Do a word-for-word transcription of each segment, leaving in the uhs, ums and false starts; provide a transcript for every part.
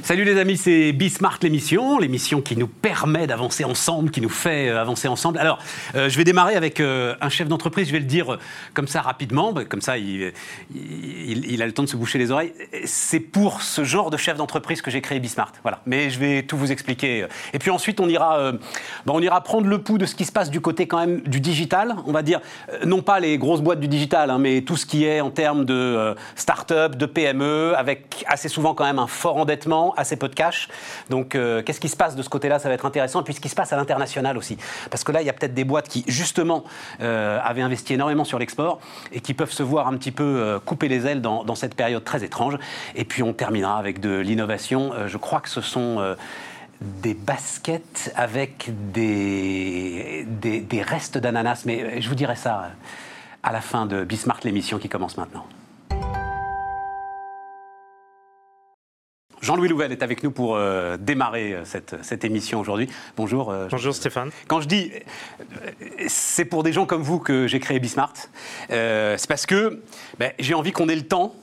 Salut les amis, c'est Bismart l'émission, l'émission qui nous permet d'avancer ensemble, qui nous fait euh, avancer ensemble. Alors, euh, je vais démarrer avec euh, un chef d'entreprise, je vais le dire euh, comme ça rapidement, bah, comme ça il, il, il a le temps de se boucher les oreilles. C'est pour ce genre de chef d'entreprise que j'ai créé Bismart, voilà. Mais je vais tout vous expliquer. Et puis ensuite, on ira, euh, bah, on ira prendre le pouls de ce qui se passe du côté quand même du digital, on va dire, euh, non pas les grosses boîtes du digital, hein, mais tout ce qui est en termes de euh, start-up, de P M E, avec assez souvent quand même un fort endettement, assez peu de cash. Donc, euh, qu'est-ce qui se passe de ce côté-là? Ça va être intéressant. Et puis, ce qui se passe à l'international aussi. Parce que là, il y a peut-être des boîtes qui, justement, euh, avaient investi énormément sur l'export et qui peuvent se voir un petit peu euh, couper les ailes dans, dans cette période très étrange. Et puis, on terminera avec de l'innovation. Euh, je crois que ce sont... Euh, des baskets avec des, des, des restes d'ananas. Mais je vous dirai ça à la fin de Bismart, l'émission qui commence maintenant. Jean-Louis Louvel est avec nous pour euh, démarrer cette, cette émission aujourd'hui. Bonjour. Euh, Bonjour Stéphane. Quand je dis euh, c'est pour des gens comme vous que j'ai créé Bismart, euh, c'est parce que ben, j'ai envie qu'on ait le temps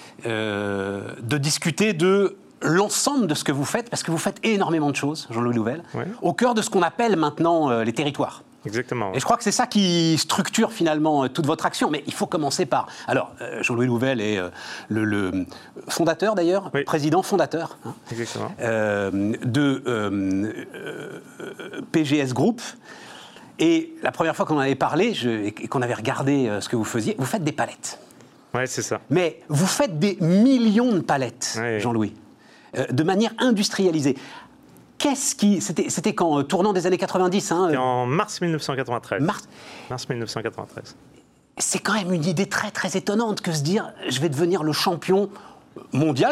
euh, de discuter de l'ensemble de ce que vous faites, parce que vous faites énormément de choses, Jean-Louis Louvel, oui. Au cœur de ce qu'on appelle maintenant euh, les territoires. Exactement. Et je crois que c'est ça qui structure finalement euh, toute votre action. Mais il faut commencer par... Alors, euh, Jean-Louis Louvel est euh, le, le fondateur d'ailleurs, oui. Président fondateur hein, Exactement. Euh, de euh, euh, P G S Group. Et la première fois qu'on en avait parlé je, et qu'on avait regardé euh, ce que vous faisiez, vous faites des palettes. Oui, c'est ça. Mais vous faites des millions de palettes, oui. Jean-Louis, euh, de manière industrialisée. Qu'est-ce qui... C'était, c'était quand tournant des années quatre-vingt-dix hein, C'était en mars mille neuf cent quatre-vingt-treize. Mars... mars mille neuf cent quatre-vingt-treize. C'est quand même une idée très, très étonnante que se dire « je vais devenir le champion mondial »,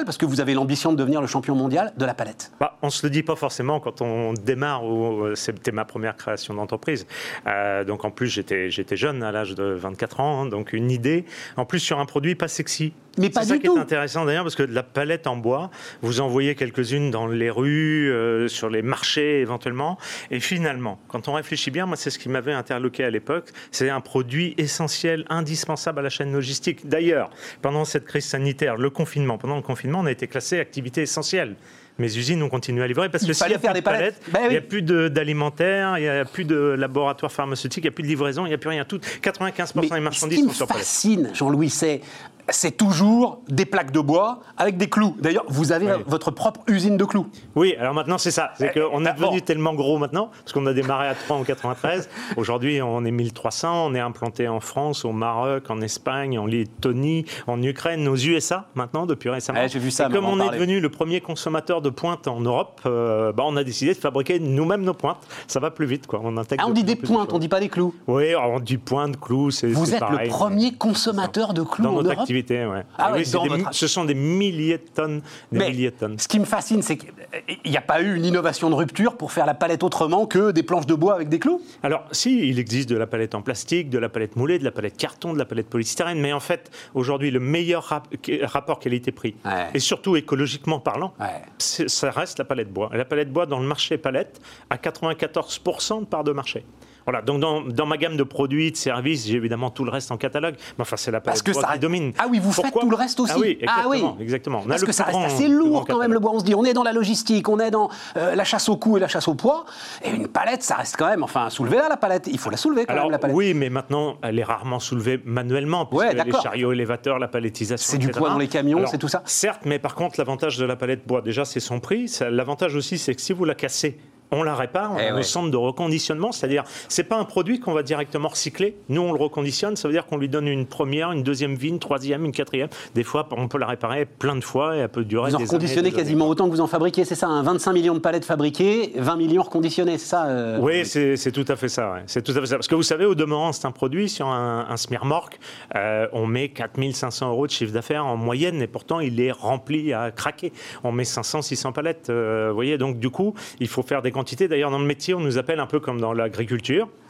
parce que vous avez l'ambition de devenir le champion mondial de la palette. Bah, on ne se le dit pas forcément quand on démarre, ou, c'était ma première création d'entreprise. Euh, donc en plus, j'étais, j'étais jeune à l'âge de vingt-quatre ans, hein, donc une idée, en plus sur un produit pas sexy. Mais pas c'est ça du qui tout. est intéressant d'ailleurs, parce que de la palette en bois, vous en voyez quelques-unes dans les rues, euh, sur les marchés éventuellement, et finalement, quand on réfléchit bien, moi c'est ce qui m'avait interloqué à l'époque, c'est un produit essentiel, indispensable à la chaîne logistique. D'ailleurs, pendant cette crise sanitaire, le confinement, pendant le confinement, on a été classé activité essentielle. Mes usines ont continué à livrer parce que s'il n'y a plus de palettes, ben oui. Il n'y a plus de, d'alimentaire, il n'y a plus de laboratoire pharmaceutique, il n'y a plus de livraison, il n'y a plus rien. Tout, quatre-vingt-quinze pour cent Mais des marchandises sont sur palettes. Ce qui me fascine, Jean-Louis, c'est... c'est toujours des plaques de bois avec des clous. D'ailleurs, vous avez oui. votre propre usine de clous. Oui, alors maintenant, c'est ça. C'est qu'on est devenu tellement gros maintenant, parce qu'on a démarré à trois en quatre-vingt-treize. Aujourd'hui, on est mille trois cents. On est implanté en France, au Maroc, en Espagne, en Lettonie, en Ukraine, aux U S A, maintenant, depuis récemment. Ouais, j'ai vu ça, et comme on est devenu le premier consommateur de pointe en Europe, euh, bah, on a décidé de fabriquer nous-mêmes nos pointes. Ça va plus vite, quoi. On intègre ah, on dit des pointes, on ne dit pas des clous. Oui, on dit pointe, clous, c'est Vous c'est êtes pareil. le premier consommateur de clous dans en notre Europe. Activité, ouais. Ah, oui, oui, c'est des, votre... ce sont des milliers de tonnes. Des Mais milliers de tonnes. Ce qui me fascine, c'est qu'il n'y a pas eu une innovation de rupture pour faire la palette autrement que des planches de bois avec des clous. Alors, si, il existe de la palette en plastique, de la palette moulée, de la palette carton, de la palette polystyrène, mais en fait, aujourd'hui, le meilleur rap- rapport qualité-prix, ouais. Et surtout écologiquement parlant, ouais. ça reste la palette bois. Et la palette bois, dans le marché palette, a quatre-vingt-quatorze pour cent de part de marché. Voilà, donc dans, dans ma gamme de produits, de services, j'ai évidemment tout le reste en catalogue. Mais enfin, c'est la palette bois ça... qui domine. Ah oui, vous Pourquoi faites tout le reste aussi. Ah oui, exactement. Ah oui. exactement. On Parce a que le ça reste grand, assez lourd quand même le bois. On se dit, on est dans la logistique, on est dans euh, la chasse au coût et la chasse au poids. Et une palette, ça reste quand même, enfin, soulevez-la la palette. Il faut la soulever quand Alors, même la palette. Oui, mais maintenant, elle est rarement soulevée manuellement. Parce ouais, que les chariots élévateurs, la palettisation, c'est du poids dans les camions, Alors, c'est tout ça. Certes, mais par contre, l'avantage de la palette bois, déjà, c'est son prix. L'avantage aussi, c'est que si vous la cassez, on la répare, on eh a ouais. nos centres de reconditionnement, c'est-à-dire c'est pas un produit qu'on va directement recycler. Nous, on le reconditionne, ça veut dire qu'on lui donne une première, une deuxième vie, une troisième, une quatrième. Des fois, on peut la réparer plein de fois et elle peut durer des années. Vous en reconditionnez quasiment autant que vous en fabriquez, c'est ça hein, vingt-cinq millions de palettes fabriquées, vingt millions reconditionnées, c'est ça euh... Oui, c'est, c'est tout à fait ça. Ouais. C'est tout à fait ça. Parce que vous savez, au demeurant, c'est un produit sur un, un smirmorque, euh, on met quatre mille cinq cents euros de chiffre d'affaires en moyenne et pourtant il est rempli à craquer. On met cinq cents, six cents palettes. Euh, vous voyez, donc du coup, il faut faire des quantités. D'ailleurs, dans le métier, on nous appelle un peu comme dans l'agriculture.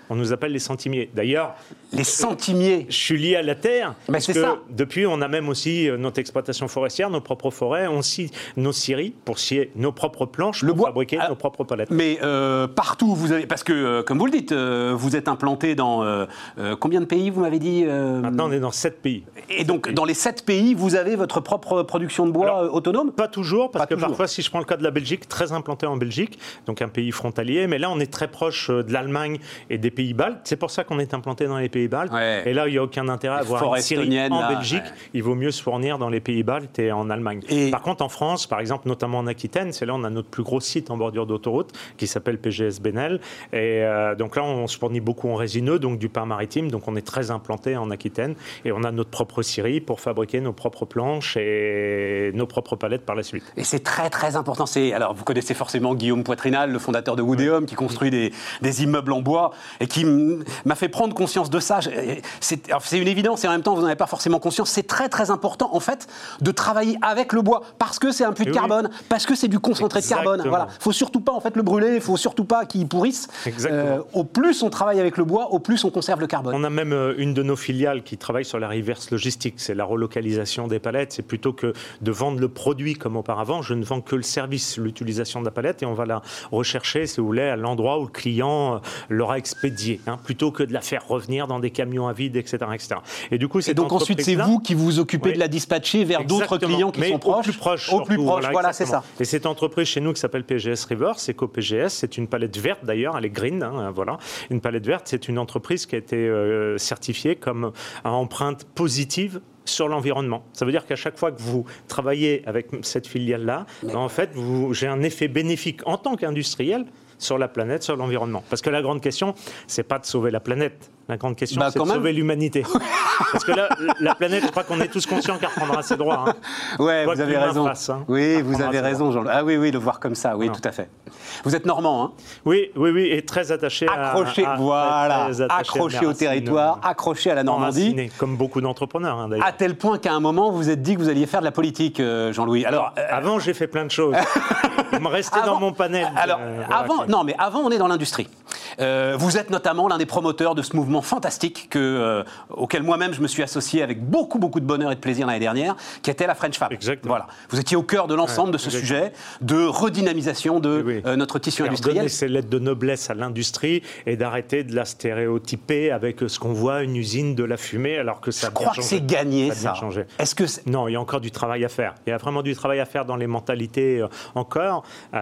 On nous appelle les centimiers. D'ailleurs, les centimiers. Je suis lié à la terre. Mais parce c'est que ça. Depuis, on a même aussi notre exploitation forestière, nos propres forêts, on scie nos scieries pour scier nos propres planches, le pour bois, fabriquer ah, nos propres palettes. Mais euh, partout, vous avez, parce que euh, comme vous le dites, euh, vous êtes implanté dans euh, euh, combien de pays, vous m'avez dit euh, Maintenant, on est dans sept pays. Et donc, dans les sept pays, vous avez votre propre production de bois Alors, euh, autonome? Pas toujours, parce pas que toujours. Parfois, si je prends le cas de la Belgique, très implanté en Belgique, donc un pays frontalier, mais là, on est très proche de l'Allemagne et des pays baltes. C'est pour ça qu'on est implanté dans les pays baltes. Ouais. Et là, il n'y a aucun intérêt à avoir une scierie en là, Belgique. ouais. Il vaut mieux se fournir dans les pays baltes et en Allemagne. Et... Par contre, en France, par exemple, notamment en Aquitaine, c'est là où on a notre plus gros site en bordure d'autoroute qui s'appelle P G S Benel. Et euh, donc là, on se fournit beaucoup en résineux, donc du pain maritime. Donc on est très implanté en Aquitaine. Et on a notre propre scierie pour fabriquer nos propres planches et nos propres palettes par la suite. Et c'est très très important. C'est, alors vous connaissez forcément Guillaume Poitrinal, le fondateur de Woodéum, qui construit des, des immeubles en bois et qui m'a fait prendre conscience de ça. C'est, c'est une évidence et en même temps vous n'en avez pas forcément conscience. C'est très très important en fait de travailler avec le bois parce que c'est un puits de et carbone, oui. parce que c'est du concentré Exactement. de carbone. Voilà. Faut surtout pas en fait le brûler. Faut surtout pas qu'il pourrisse. Euh, au plus on travaille avec le bois, au plus on conserve le carbone. On a même une de nos filiales qui travaille sur la reverse logistique. C'est la relocalisation des palettes. C'est plutôt que de vendre le produit comme auparavant. Je ne vends que le service, l'utilisation de la palette, et on va la rechercher, si vous voulez, à l'endroit où le client l'aura expédié, hein, plutôt que de la faire revenir dans des camions à vide, et cetera, et cetera. Et du coup, et donc ensuite, c'est vous qui vous occupez oui. de la dispatcher vers Exactement. d'autres clients qui Mais sont proches. Au plus proche. Au plus proche, voilà, voilà c'est ça. Et cette entreprise chez nous qui s'appelle P G S River, c'est qu'au-P G S, c'est une palette verte d'ailleurs, elle est green, hein, voilà. Une palette verte, c'est une entreprise qui a été euh, certifiée comme à empreinte positive sur l'environnement. Ça veut dire qu'à chaque fois que vous travaillez avec cette filiale-là, ben en fait, vous, j'ai un effet bénéfique en tant qu'industriel sur la planète, sur l'environnement. Parce que la grande question, c'est pas de sauver la planète. La grande question, bah, c'est de même. sauver l'humanité. Parce que là, la planète, je crois qu'on est tous conscients qu'elle reprendra ses droits. Hein. Ouais, vous avez raison. Face, hein, oui, vous avez raison, Jean. Ah oui, oui, le voir comme ça, oui, non. Tout à fait. Vous êtes normand, hein? Oui, oui, oui, et très attaché accroché, à... à voilà, très attaché accroché au territoire, accroché à la Normandie. Enraciné, comme beaucoup d'entrepreneurs, hein, d'ailleurs. À tel point qu'à un moment, vous vous êtes dit que vous alliez faire de la politique, euh, Jean-Louis. Alors, euh... Avant, j'ai fait plein de choses. Vous me restez avant, dans mon panel. Alors, euh, avant, voilà. non, mais avant, on est dans l'industrie. Euh, vous êtes notamment l'un des promoteurs de ce mouvement fantastique que, euh, auquel moi-même je me suis associé avec beaucoup, beaucoup de bonheur et de plaisir l'année dernière, qui était la French Fab. Exactement. Voilà. Vous étiez au cœur de l'ensemble ouais, de ce exactement. sujet de redynamisation de oui, oui. Euh, notre tissu Alors, industriel. Donner ces lettres de noblesse à l'industrie et d'arrêter de la stéréotyper avec ce qu'on voit, une usine, de la fumée, alors que ça je a crois bien que c'est gagné, ça. ça. Changé. Est-ce que c'est... Non, il y a encore du travail à faire. Il y a vraiment du travail à faire dans les mentalités euh, encore.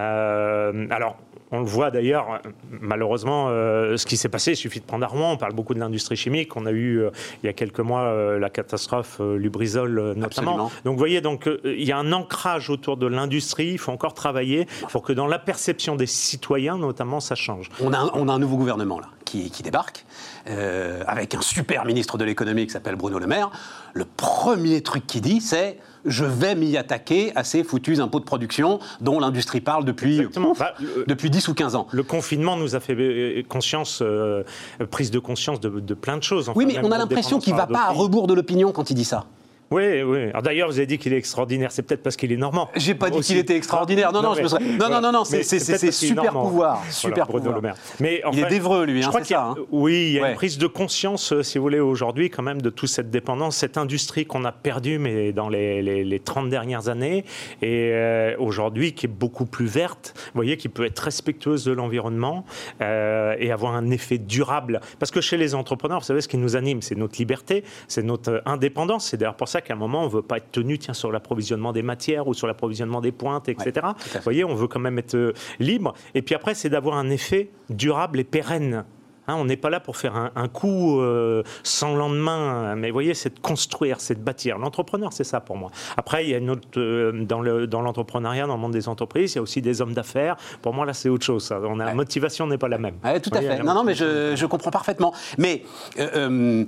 Euh, alors, on le voit d'ailleurs, malheureusement, euh, ce qui s'est passé, il suffit de prendre à Rouen, on parle beaucoup de l'industrie chimique, on a eu euh, il y a quelques mois euh, la catastrophe euh, Lubrizol euh, notamment. Absolument. Donc vous voyez, donc, euh, il y a un ancrage autour de l'industrie, il faut encore travailler pour que dans la perception des citoyens notamment, ça change. On a un, on a un nouveau gouvernement là, qui, qui débarque, euh, avec un super ministre de l'économie qui s'appelle Bruno Le Maire. Le premier truc qu'il dit, c'est... je vais m'y attaquer à ces foutus impôts de production dont l'industrie parle depuis, ouf, bah, le, depuis dix ou quinze ans. Le confinement nous a fait conscience, euh, prise de conscience de, de plein de choses. Enfin, oui, mais on a l'impression qu'il ne va pas à rebours de l'opinion quand il dit ça. Oui, oui. Alors d'ailleurs, vous avez dit qu'il est extraordinaire. C'est peut-être parce qu'il est normand. J'ai pas dit qu'il était extraordinaire. Non, non, non, mais, je me serais... non, voilà. non, non, non, c'est, c'est, c'est, c'est super pouvoir, voilà, super pouvoir. Mais il est d'Évreux, lui, hein, c'est ça. Hein. Oui, il y a ouais. une prise de conscience, si vous voulez, aujourd'hui, quand même, de toute cette dépendance, cette industrie qu'on a perdue, mais dans les, les, les trente dernières années, et euh, aujourd'hui, qui est beaucoup plus verte. Vous voyez, qui peut être respectueuse de l'environnement euh, et avoir un effet durable. Parce que chez les entrepreneurs, vous savez, ce qui nous anime, c'est notre liberté, c'est notre indépendance. C'est d'ailleurs pour ça qu'à un moment, on ne veut pas être tenu tiens, sur l'approvisionnement des matières ou sur l'approvisionnement des pointes, et cetera. Ouais, vous voyez, on veut quand même être euh, libre. Et puis après, c'est d'avoir un effet durable et pérenne. Hein, on n'est pas là pour faire un, un coup euh, sans lendemain, mais vous voyez, c'est de construire, c'est de bâtir. L'entrepreneur, c'est ça pour moi. Après, il y a une autre, euh, dans, le, dans l'entrepreneuriat, dans le monde des entreprises, il y a aussi des hommes d'affaires. Pour moi, là, c'est autre chose. Ça. On a, ouais. La motivation n'est pas la même. Ouais, tout à fait. Non, non, mais je, je comprends parfaitement. Mais, euh, euh,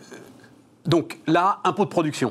donc là, impôt de production.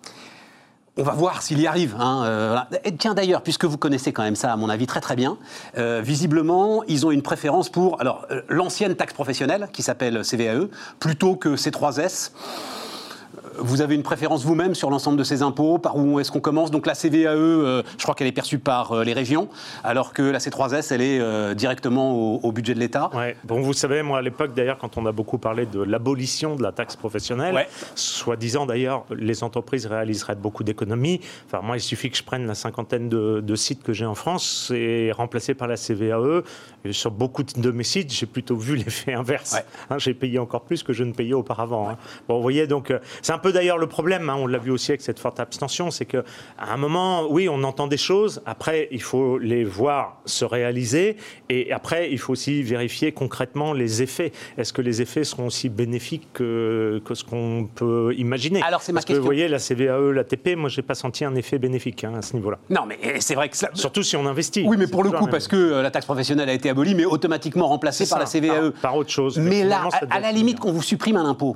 On va voir s'il y arrive. Hein, euh, voilà. Et tiens d'ailleurs, puisque vous connaissez quand même ça, à mon avis, très très bien, euh, visiblement, ils ont une préférence pour alors, euh, l'ancienne taxe professionnelle, qui s'appelle C V A E, plutôt que C trois S. vous avez une préférence vous-même sur l'ensemble de ces impôts? Par où est-ce qu'on commence? Donc la C V A E, euh, je crois qu'elle est perçue par euh, les régions, alors que la C trois S, elle est euh, directement au, au budget de l'État. Ouais. Bon, vous savez, moi à l'époque d'ailleurs, quand on a beaucoup parlé de l'abolition de la taxe professionnelle, ouais. soi-disant d'ailleurs, les entreprises réaliseraient beaucoup d'économies. Enfin, moi, il suffit que je prenne la cinquantaine de, de sites que j'ai en France, c'est remplacé par la C V A E. Et sur beaucoup de mes sites, j'ai plutôt vu l'effet inverse. Ouais. Hein, j'ai payé encore plus que je ne payais auparavant. Ouais. Hein. Bon, vous voyez, donc c'est un peu d'ailleurs le problème. Hein, on l'a vu aussi avec cette forte abstention, c'est qu'à un moment, oui, on entend des choses. Après, il faut les voir se réaliser, et après, il faut aussi vérifier concrètement les effets. Est-ce que les effets seront aussi bénéfiques que, que ce qu'on peut imaginer? Alors, c'est ma Parce question. que vous voyez, la C V A E, l'A T P, moi, j'ai pas senti un effet bénéfique hein, à ce niveau-là. Non, mais c'est vrai que ça... surtout si on investit. Oui, mais pour le coup, parce que euh, la taxe professionnelle a été abolie, mais automatiquement remplacée par la C V A E. Par, par autre chose. Mais, mais là, à, à la limite, qu'on vous supprime un impôt,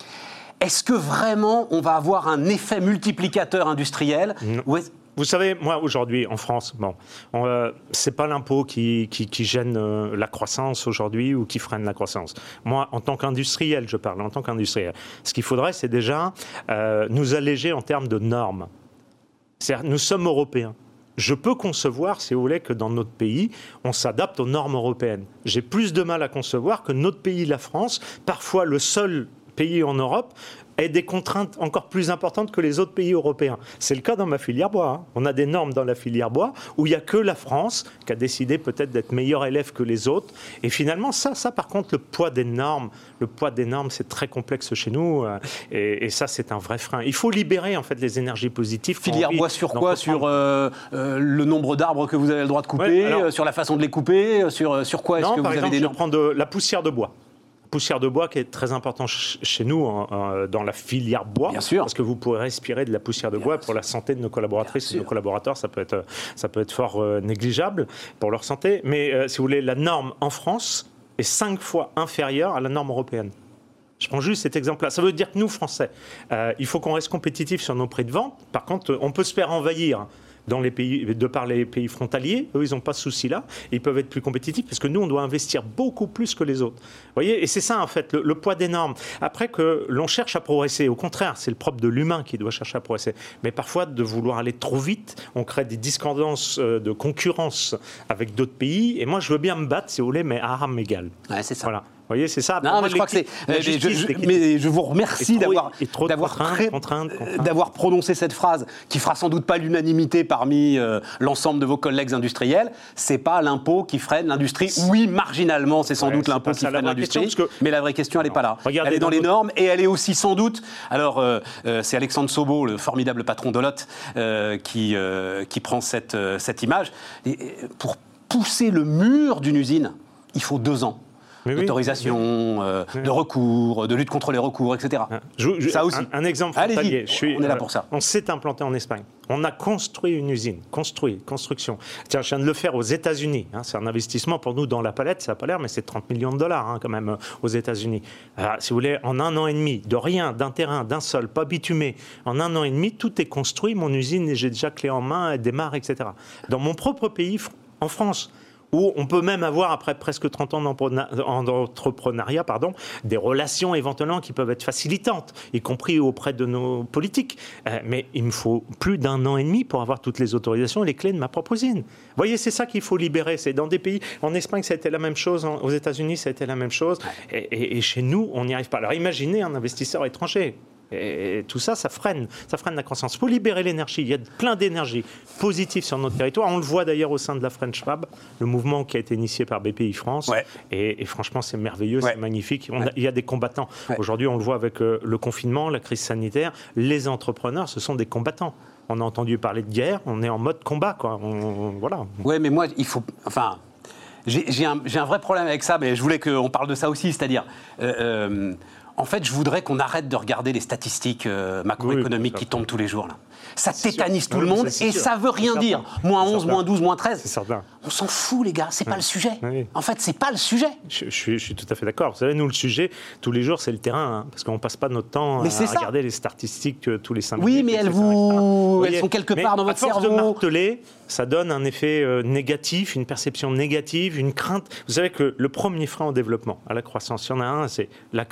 est-ce que vraiment on va avoir un effet multiplicateur industriel? est... Vous savez, moi aujourd'hui en France, bon, euh, c'est pas l'impôt qui, qui, qui gêne euh, la croissance aujourd'hui ou qui freine la croissance. Moi, en tant qu'industriel, je parle en tant qu'industriel. Ce qu'il faudrait, c'est déjà euh, nous alléger en termes de normes. C'est-à-dire, nous sommes européens. Je peux concevoir, si vous voulez, que dans notre pays, on s'adapte aux normes européennes. J'ai plus de mal à concevoir que notre pays, la France, parfois le seul pays en Europe, ait des contraintes encore plus importantes que les autres pays européens. C'est le cas dans ma filière bois. Hein. On a des normes dans la filière bois où il n'y a que la France qui a décidé peut-être d'être meilleur élève que les autres. Et finalement, ça, ça par contre, le poids des normes, le poids des normes, c'est très complexe chez nous. Et, et ça, c'est un vrai frein. Il faut libérer en fait les énergies positives. Filière bois sur quoi? Sur euh, euh, le nombre d'arbres que vous avez le droit de couper, ouais, alors, euh, sur la façon de les couper, sur, sur quoi est-ce non, que vous par avez exemple, des normes? Je prends de la poussière de bois. Poussière de bois qui est très important chez nous hein, dans la filière bois. Bien sûr. Parce que vous pourrez respirer de la poussière de bois pour la santé de nos collaboratrices et de nos collaborateurs. Ça peut être, ça peut être fort euh, négligeable pour leur santé. Mais euh, si vous voulez, la norme en France est cinq fois inférieure à la norme européenne. Je prends juste cet exemple-là. Ça veut dire que nous, Français, euh, il faut qu'on reste compétitifs sur nos prix de vente. Par contre, on peut se faire envahir dans les pays, de par les pays frontaliers. Eux, ils n'ont pas ce souci-là. Ils peuvent être plus compétitifs parce que nous, on doit investir beaucoup plus que les autres. Vous voyez, et c'est ça, en fait, le, le poids des normes. Après que l'on cherche à progresser, au contraire, c'est le propre de l'humain qui doit chercher à progresser. Mais parfois, de vouloir aller trop vite, on crée des discordances de concurrence avec d'autres pays. Et moi, je veux bien me battre, si vous voulez, mais à armes égales. Ouais, c'est ça. Voilà. Vous voyez, c'est ça. Non, mais je crois que c'est. Mais je, je, mais je vous remercie d'avoir d'avoir d'avoir prononcé cette phrase qui fera sans doute pas l'unanimité parmi euh, l'ensemble de vos collègues industriels. C'est pas l'impôt qui freine l'industrie. Oui, marginalement, c'est sans ouais, doute l'impôt qui freine l'industrie. Que... Mais la vraie question, elle n'est pas là. Regardez, elle est dans, dans les normes et elle est aussi sans doute. Alors, euh, euh, c'est Alexandre Sobo, le formidable patron d'Olotte, euh, qui euh, qui prend cette euh, cette image. Et, pour pousser le mur d'une usine, il faut deux ans. D'autorisation, oui, oui. Euh, oui. de recours, de lutte contre les recours, et cetera. Je, je, ça aussi. Un, un exemple frontalier. Je suis, on est là pour ça. Euh, on s'est implanté en Espagne. On a construit une usine. Construit, construction. Tiens, je viens de le faire aux États-Unis. Hein, c'est un investissement pour nous dans la palette, ça n'a pas l'air, mais c'est trente millions de dollars hein, quand même euh, aux États-Unis. Alors, si vous voulez, en un an et demi, de rien, d'un terrain, d'un sol, pas bitumé, en un an et demi, tout est construit. Mon usine, j'ai déjà clé en main, elle démarre, et cetera. Dans mon propre pays, en France, où on peut même avoir, après presque trente ans d'entrepreneuriat, pardon, des relations éventuellement qui peuvent être facilitantes, y compris auprès de nos politiques. Euh, mais il me faut plus d'un an et demi pour avoir toutes les autorisations et les clés de ma propre usine. Vous voyez, c'est ça qu'il faut libérer. C'est dans des pays... En Espagne, ça a été la même chose. En, aux États-Unis, ça a été la même chose. Et, et, et chez nous, on n'y arrive pas. Alors imaginez un investisseur étranger. Et tout ça, ça freine, ça freine la croissance. Il faut libérer l'énergie. Il y a plein d'énergie positive sur notre territoire. On le voit d'ailleurs au sein de la French Fab, le mouvement qui a été initié par B P I France. Ouais. Et, et franchement, c'est merveilleux, ouais. c'est magnifique. On a, ouais. Il y a des combattants. Ouais. Aujourd'hui, on le voit avec euh, le confinement, la crise sanitaire. Les entrepreneurs, ce sont des combattants. On a entendu parler de guerre. On est en mode combat, quoi. On, on, voilà. Ouais, mais moi, il faut... Enfin... J'ai, j'ai, un, j'ai un vrai problème avec ça, mais je voulais qu'on parle de ça aussi, c'est-à-dire... Euh, euh, En fait, je voudrais qu'on arrête de regarder les statistiques euh, macroéconomiques oui, qui tombent tous les jours. Là. Ça c'est tétanise sûr. tout oui, le monde et sûr. ça veut rien dire. Moins onze, moins douze, moins treize. C'est certain. On s'en fout, les gars. C'est oui. pas le sujet. Oui. En fait, c'est pas le sujet. Je, je, suis, je suis tout à fait d'accord. Vous savez, nous, le sujet, tous les jours, c'est le terrain. Hein, parce qu'on passe pas notre temps mais à regarder les statistiques euh, tous les cinq minutes. Oui, mais elles, vous... elles sont quelque mais part dans votre cerveau. À force de marteler, ça donne un effet euh, négatif, une perception négative, une crainte. Vous savez que le premier frein au développement, à la croissance, il y en a un, c'est la crainte et la peur.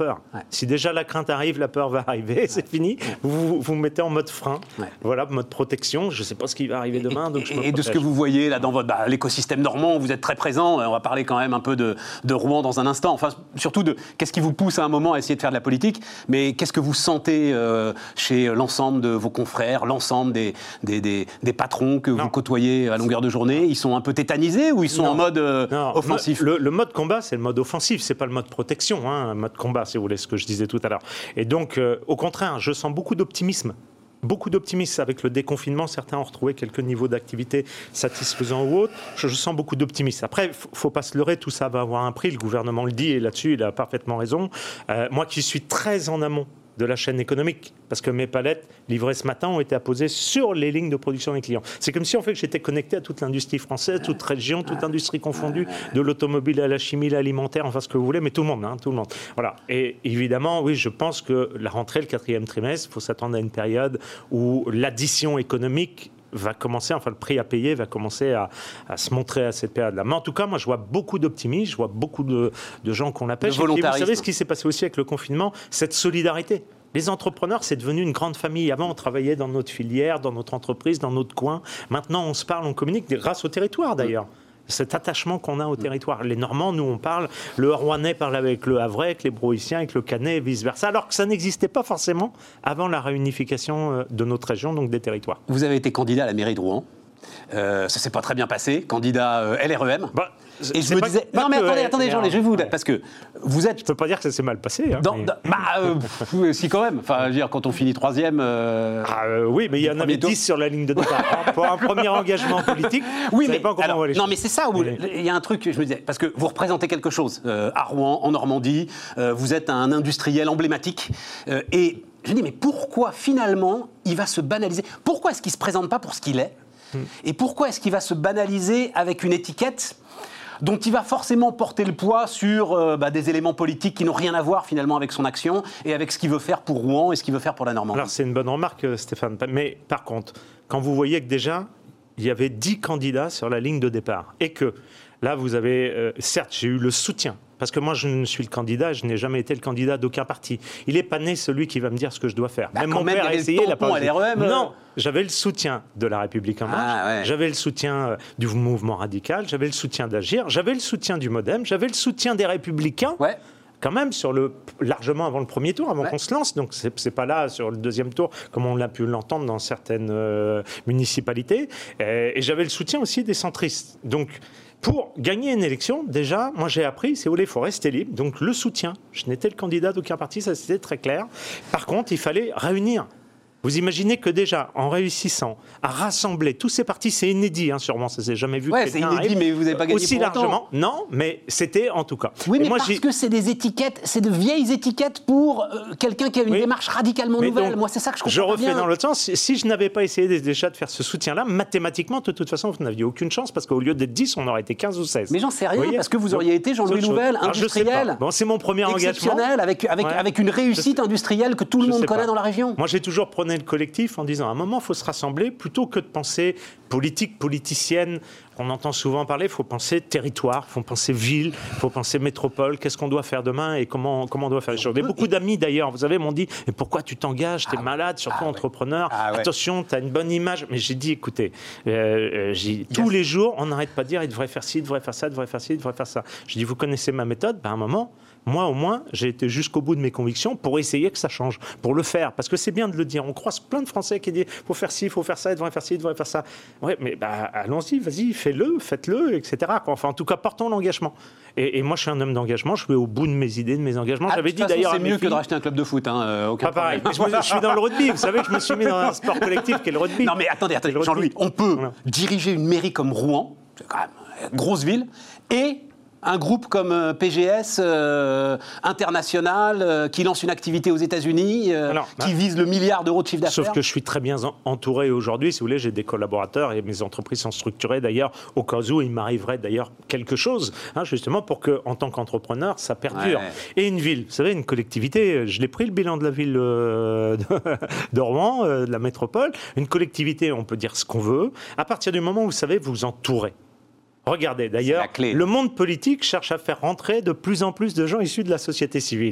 peur. Ouais. Si déjà la crainte arrive, la peur va arriver, ouais. c'est fini. Ouais. Vous vous mettez en mode frein, ouais. voilà, mode protection. Je ne sais pas ce qui va arriver demain. Et, donc je me et de ce que vous voyez là dans votre bah, l'écosystème normand, vous êtes très présent. On va parler quand même un peu de, de Rouen dans un instant. Enfin, surtout de qu'est-ce qui vous pousse à un moment à essayer de faire de la politique, mais qu'est-ce que vous sentez euh, chez l'ensemble de vos confrères, l'ensemble des, des, des, des patrons que non. vous côtoyez à longueur de journée? Ils sont un peu tétanisés ou ils sont non. en mode euh, offensif? Le, le mode combat, c'est le mode offensif, c'est pas le mode protection, hein, le mode combat, si vous voulez, ce que je disais tout à l'heure. Et donc, euh, au contraire, je sens beaucoup d'optimisme. Beaucoup d'optimisme avec le déconfinement. Certains ont retrouvé quelques niveaux d'activité satisfaisants ou autres. Je, je sens beaucoup d'optimisme. Après, il ne faut, faut pas se leurrer, tout ça va avoir un prix. Le gouvernement le dit et là-dessus, il a parfaitement raison. Euh, moi qui suis très en amont de la chaîne économique, parce que mes palettes livrées ce matin ont été apposées sur les lignes de production des clients. C'est comme si en fait j'étais connecté à toute l'industrie française, toute région, toute industrie confondue, de l'automobile à la chimie, l'alimentaire, enfin ce que vous voulez, mais tout le monde, hein, tout le monde. Voilà. Et évidemment, oui, je pense que la rentrée, le quatrième trimestre, il faut s'attendre à une période où l'addition économique va commencer, enfin le prix à payer va commencer à, à se montrer à cette période-là. Mais en tout cas, moi je vois beaucoup d'optimisme, je vois beaucoup de, de gens qu'on appelle. Et vous savez ce qui s'est passé aussi avec le confinement, cette solidarité. Les entrepreneurs, c'est devenu une grande famille. Avant, on travaillait dans notre filière, dans notre entreprise, dans notre coin. Maintenant, on se parle, on communique grâce au territoire d'ailleurs. Cet attachement qu'on a au territoire. Les Normands, nous, on parle, le Rouennais parle avec le Havrais, avec les Broïciens, avec le Canet, et vice-versa, alors que ça n'existait pas forcément avant la réunification de notre région, donc des territoires. Vous avez été candidat à la mairie de Rouen. Euh, ça s'est pas très bien passé, candidat euh, L R E M. Bah, et je me pas, disais, pas non mais attendez, attendez, Jean, je vais vous, ouais. parce que vous êtes. Je peux pas dire que ça s'est mal passé. Hein, dans, mais... dans, bah, euh, si quand même. Enfin, je veux dire, quand on finit troisième. Euh, ah, euh, oui, mais il y en avait dix sur la ligne de départ. Pour un premier engagement politique. Oui, mais pas comment alors, on va les non, mais c'est ça. Où, mais... Il y a un truc, je me disais, parce que vous représentez quelque chose euh, à Rouen, en Normandie. Euh, vous êtes un industriel emblématique euh, et je me dis, mais pourquoi finalement il va se banaliser? Pourquoi est-ce qu'il se présente pas pour ce qu'il est? Et pourquoi est-ce qu'il va se banaliser avec une étiquette dont il va forcément porter le poids sur euh, bah, des éléments politiques qui n'ont rien à voir finalement avec son action et avec ce qu'il veut faire pour Rouen et ce qu'il veut faire pour la Normandie? Alors c'est une bonne remarque, Stéphane. Mais par contre, quand vous voyez que déjà, il y avait dix candidats sur la ligne de départ et que là, vous avez, euh, certes, j'ai eu le soutien. Parce que moi, je ne suis le candidat, je n'ai jamais été le candidat d'aucun parti. Il n'est pas né celui qui va me dire ce que je dois faire. Bah, même mon même, père a essayé, il n'a pas à l'R E M. Non, j'avais le soutien de La République En Marche, ah, ouais. j'avais le soutien euh, du mouvement radical, j'avais le soutien d'Agir, j'avais le soutien du Modem, j'avais le soutien des Républicains. Ouais. Quand même, sur le, largement avant le premier tour, avant ouais. qu'on se lance. Donc, ce n'est pas là, sur le deuxième tour, comme on l'a pu l'entendre dans certaines euh, municipalités. Et, et j'avais le soutien aussi des centristes. Donc, pour gagner une élection, déjà, moi j'ai appris, si vous voulez, il faut rester libre. Donc le soutien, je n'étais le candidat d'aucun parti, ça c'était très clair. Par contre, il fallait réunir. Vous imaginez que déjà, en réussissant à rassembler tous ces partis, c'est inédit, hein, sûrement, ça s'est jamais vu. Ouais, c'est inédit, arrive, mais vous n'avez pas gagné aussi pour largement. Non, mais c'était en tout cas. Oui, et mais moi, parce j'ai... que c'est des étiquettes, c'est de vieilles étiquettes pour euh, quelqu'un qui a une oui. démarche radicalement mais nouvelle. Donc, moi, c'est ça que je comprends Je refais bien. dans l'autre sens. Si je n'avais pas essayé déjà de faire ce soutien-là, mathématiquement, de toute façon, vous n'aviez aucune chance parce qu'au lieu d'être dix, on aurait été quinze ou seize. Mais j'en sais rien, parce que vous auriez été Jean-Louis Louvel, industriel. Bon, c'est mon premier engagement. Exceptionnel, avec, avec, ouais. avec une réussite industrielle que tout le monde connaît dans la région. Moi, j'ai toujours prôné le collectif en disant à un moment, il faut se rassembler plutôt que de penser politique, politicienne. On entend souvent parler, il faut penser territoire, il faut penser ville, il faut penser métropole. Qu'est-ce qu'on doit faire demain et comment, comment on doit faire les choses. J'ai beaucoup d'amis d'ailleurs, vous savez, m'ont dit mais pourquoi tu t'engages, tu es ah, malade, surtout ah, entrepreneur. Ah, ouais. Attention, tu as une bonne image. Mais j'ai dit, écoutez, euh, j'ai, tous les jours, on n'arrête pas de dire il devrait faire ci, il devrait faire ça, il devrait faire ci, il devrait faire ça. Je dis, vous connaissez ma méthode, ben, à un moment. Moi, au moins, j'ai été jusqu'au bout de mes convictions pour essayer que ça change, pour le faire. Parce que c'est bien de le dire. On croise plein de Français qui disent « faut faire ci, il faut faire ça, il devrait faire ci, il devrait faire ça ». Ouais, mais bah, allons-y, vas-y, fais-le, faites-le, et cetera. Enfin, en tout cas, portons l'engagement. Et, et moi, je suis un homme d'engagement. Je vais au bout de mes idées, de mes engagements. Ah, J'avais de dit façon, d'ailleurs. C'est mieux que de racheter un club de foot. Hein, euh, aucun pas pareil. Mais je, me, je suis dans le rugby. Vous savez que je me suis mis dans un sport collectif qui est le rugby. Non, mais attendez, attendez, Jean-Louis, on peut voilà. diriger une mairie comme Rouen, c'est quand même une grosse ville, et un groupe comme P G S euh, international euh, qui lance une activité aux États-Unis, euh, Alors, qui bah, vise le milliard d'euros de chiffre d'affaires. Sauf que je suis très bien entouré aujourd'hui. Si vous voulez, j'ai des collaborateurs et mes entreprises sont structurées d'ailleurs au cas où il m'arriverait d'ailleurs quelque chose, hein, justement pour que, en tant qu'entrepreneur, ça perdure. Ouais. Et une ville, vous savez, une collectivité. Je l'ai pris le bilan de la ville euh, de, de Rouen, euh, de la métropole. Une collectivité, on peut dire ce qu'on veut. À partir du moment où vous savez, vous vous entourez. Regardez, d'ailleurs, le monde politique cherche à faire rentrer de plus en plus de gens issus de la société civile. Ouais.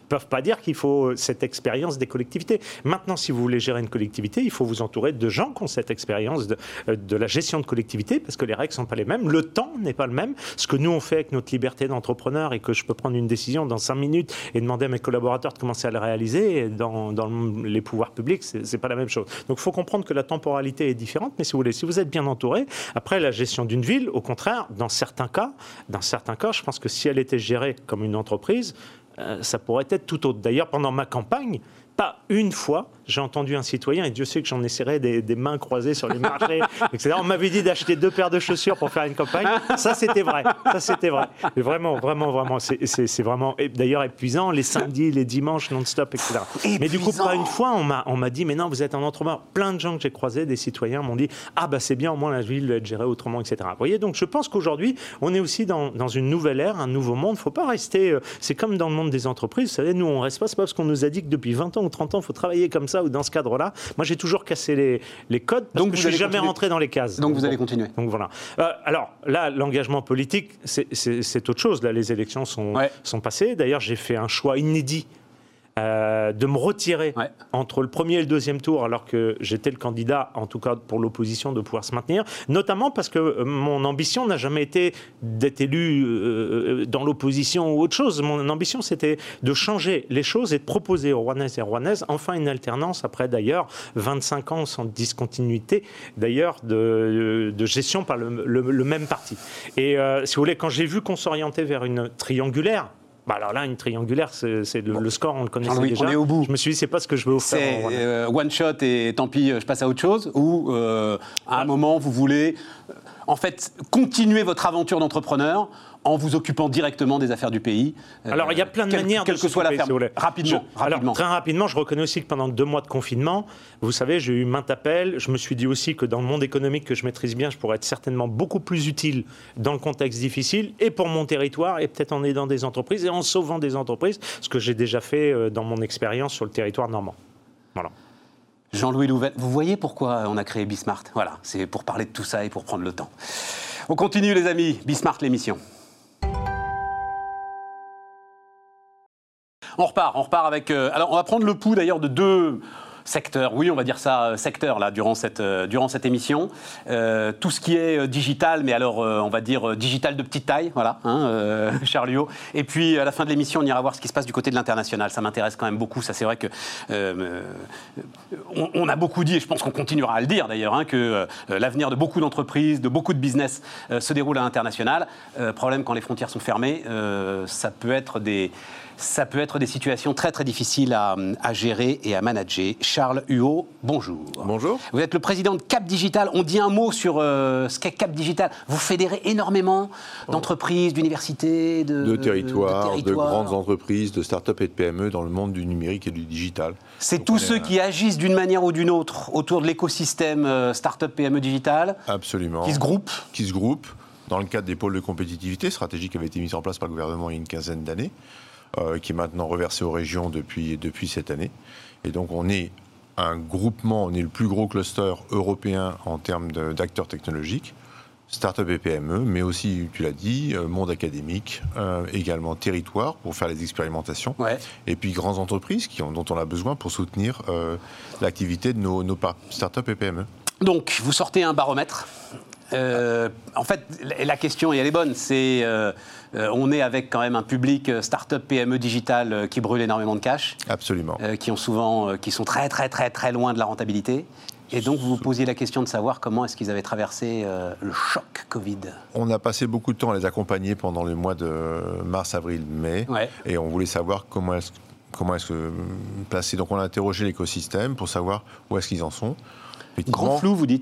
peuvent pas dire qu'il faut cette expérience des collectivités. Maintenant, si vous voulez gérer une collectivité, il faut vous entourer de gens qui ont cette expérience de, de la gestion de collectivité, parce que les règles ne sont pas les mêmes, le temps n'est pas le même. Ce que nous on fait avec notre liberté d'entrepreneur et que je peux prendre une décision dans cinq minutes et demander à mes collaborateurs de commencer à le réaliser, dans, dans les pouvoirs publics, c'est, c'est pas la même chose. Donc il faut comprendre que la temporalité est différente, mais si vous voulez, si vous êtes bien entouré, après la gestion d'une ville, au contraire, dans certains cas, dans certains cas, je pense que si elle était gérée comme une entreprise, euh, ça pourrait être tout autre. D'ailleurs, pendant ma campagne, pas une fois, j'ai entendu un citoyen, et Dieu sait que j'en essaierais des, des mains croisées sur les marchés, et cetera. On m'avait dit d'acheter deux paires de chaussures pour faire une campagne. Ça, c'était vrai. Ça, c'était vrai. Mais vraiment, vraiment, vraiment, c'est, c'est, c'est vraiment, et d'ailleurs, épuisant, les samedis, les dimanches, non-stop, et cetera. Épuisant. Mais du coup, pas une fois, on m'a, on m'a dit, mais non, vous êtes un entrepreneur. Plein de gens que j'ai croisés, des citoyens, m'ont dit, ah bah c'est bien, au moins la ville doit être gérée autrement, et cetera. Vous voyez, donc je pense qu'aujourd'hui, on est aussi dans, dans une nouvelle ère, un nouveau monde. Il ne faut pas rester, euh, c'est comme dans le monde des entreprises. Vous savez, nous, on ne reste pas, c'est pas parce qu'on nous a dit que depuis vingt ans ou trente ans, il faut travailler comme ça ou dans ce cadre-là. Moi, j'ai toujours cassé les, les codes parce donc que je ne suis jamais continuer. rentré dans les cases. Donc, vous allez continuer. Donc, voilà. Euh, alors, là, l'engagement politique, c'est, c'est, c'est autre chose. Là, les élections sont, ouais. sont passées. D'ailleurs, j'ai fait un choix inédit Euh, de me retirer ouais. entre le premier et le deuxième tour, alors que j'étais le candidat, en tout cas pour l'opposition, de pouvoir se maintenir, notamment parce que mon ambition n'a jamais été d'être élu euh, dans l'opposition ou autre chose. Mon ambition, c'était de changer les choses et de proposer aux Rouennaises et Rouennaises enfin une alternance, après d'ailleurs vingt-cinq ans sans discontinuité, d'ailleurs de, de gestion par le, le, le même parti. Et euh, si vous voulez, quand j'ai vu qu'on s'orientait vers une triangulaire, bah alors là, une triangulaire, c'est, c'est le, bon. le score, on le connaissait Jean-Louis, déjà. On est au bout. Je me suis dit, c'est pas ce que je veux offrir. C'est euh, one shot et tant pis, je passe à autre chose. Ou euh, à un ah. moment, vous voulez, en fait, continuer votre aventure d'entrepreneur en vous occupant directement des affaires du pays. Alors, il y a plein de quel, manières quelle de que soit l'affaire. Si vous rapidement, je, rapidement. Alors, très rapidement, je reconnais aussi que pendant deux mois de confinement, vous savez, j'ai eu maintes appels. Je me suis dit aussi que dans le monde économique que je maîtrise bien, je pourrais être certainement beaucoup plus utile dans le contexte difficile et pour mon territoire et peut-être en aidant des entreprises et en sauvant des entreprises, ce que j'ai déjà fait dans mon expérience sur le territoire normand. Voilà. Jean-Louis Louvel, vous voyez pourquoi on a créé Bismart ? Voilà, c'est pour parler de tout ça et pour prendre le temps. On continue les amis, Bismart l'émission. On repart, on repart avec... Euh, alors, on va prendre le pouls d'ailleurs de deux secteurs. Oui, on va dire ça, secteur, là, durant cette, euh, durant cette émission. Euh, tout ce qui est euh, digital, mais alors, euh, on va dire euh, digital de petite taille, voilà, hein, euh, Charles Huot. Et puis, à la fin de l'émission, on ira voir ce qui se passe du côté de l'international. Ça m'intéresse quand même beaucoup. Ça, c'est vrai que... Euh, on, on a beaucoup dit, et je pense qu'on continuera à le dire d'ailleurs, hein, que euh, l'avenir de beaucoup d'entreprises, de beaucoup de business euh, se déroule à l'international. Euh, problème, quand les frontières sont fermées, euh, ça peut être des... Ça peut être des situations très très difficiles à, à gérer et à manager. Charles Huot, bonjour. Bonjour. Vous êtes le président de Cap Digital. On dit un mot sur euh, ce qu'est Cap Digital. Vous fédérez énormément d'entreprises, d'universités, de, de, territoires, de territoires, de grandes entreprises, de start-up et de P M E dans le monde du numérique et du digital. C'est Donc tous ceux un... qui agissent d'une manière ou d'une autre autour de l'écosystème euh, start-up P M E digital. Absolument. Qui se groupent. Qui se groupent dans le cadre des pôles de compétitivité stratégique qui avait été mis en place par le gouvernement il y a une quinzaine d'années. Euh, qui est maintenant reversé aux régions depuis, depuis cette année. Et donc on est un groupement, on est le plus gros cluster européen en termes de, d'acteurs technologiques, start-up et P M E, mais aussi, tu l'as dit, euh, monde académique, euh, également territoire pour faire les expérimentations, ouais. Et puis grandes entreprises qui ont, dont on a besoin pour soutenir euh, l'activité de nos, nos start-up et P M E. Donc, vous sortez un baromètre. Euh, en fait, la question, et elle est bonne, c'est euh, euh, on est avec quand même un public start-up P M E digital euh, qui brûle énormément de cash. Absolument. Euh, qui ont souvent, euh, qui sont très très très très loin de la rentabilité. Et donc, vous vous posiez la question de savoir comment est-ce qu'ils avaient traversé euh, le choc Covid. On a passé beaucoup de temps à les accompagner pendant le mois de mars, avril, mai. Ouais. Et on voulait savoir comment est-ce, comment est-ce que placer. Donc, on a interrogé l'écosystème pour savoir où est-ce qu'ils en sont. Grand flou, vous dites ?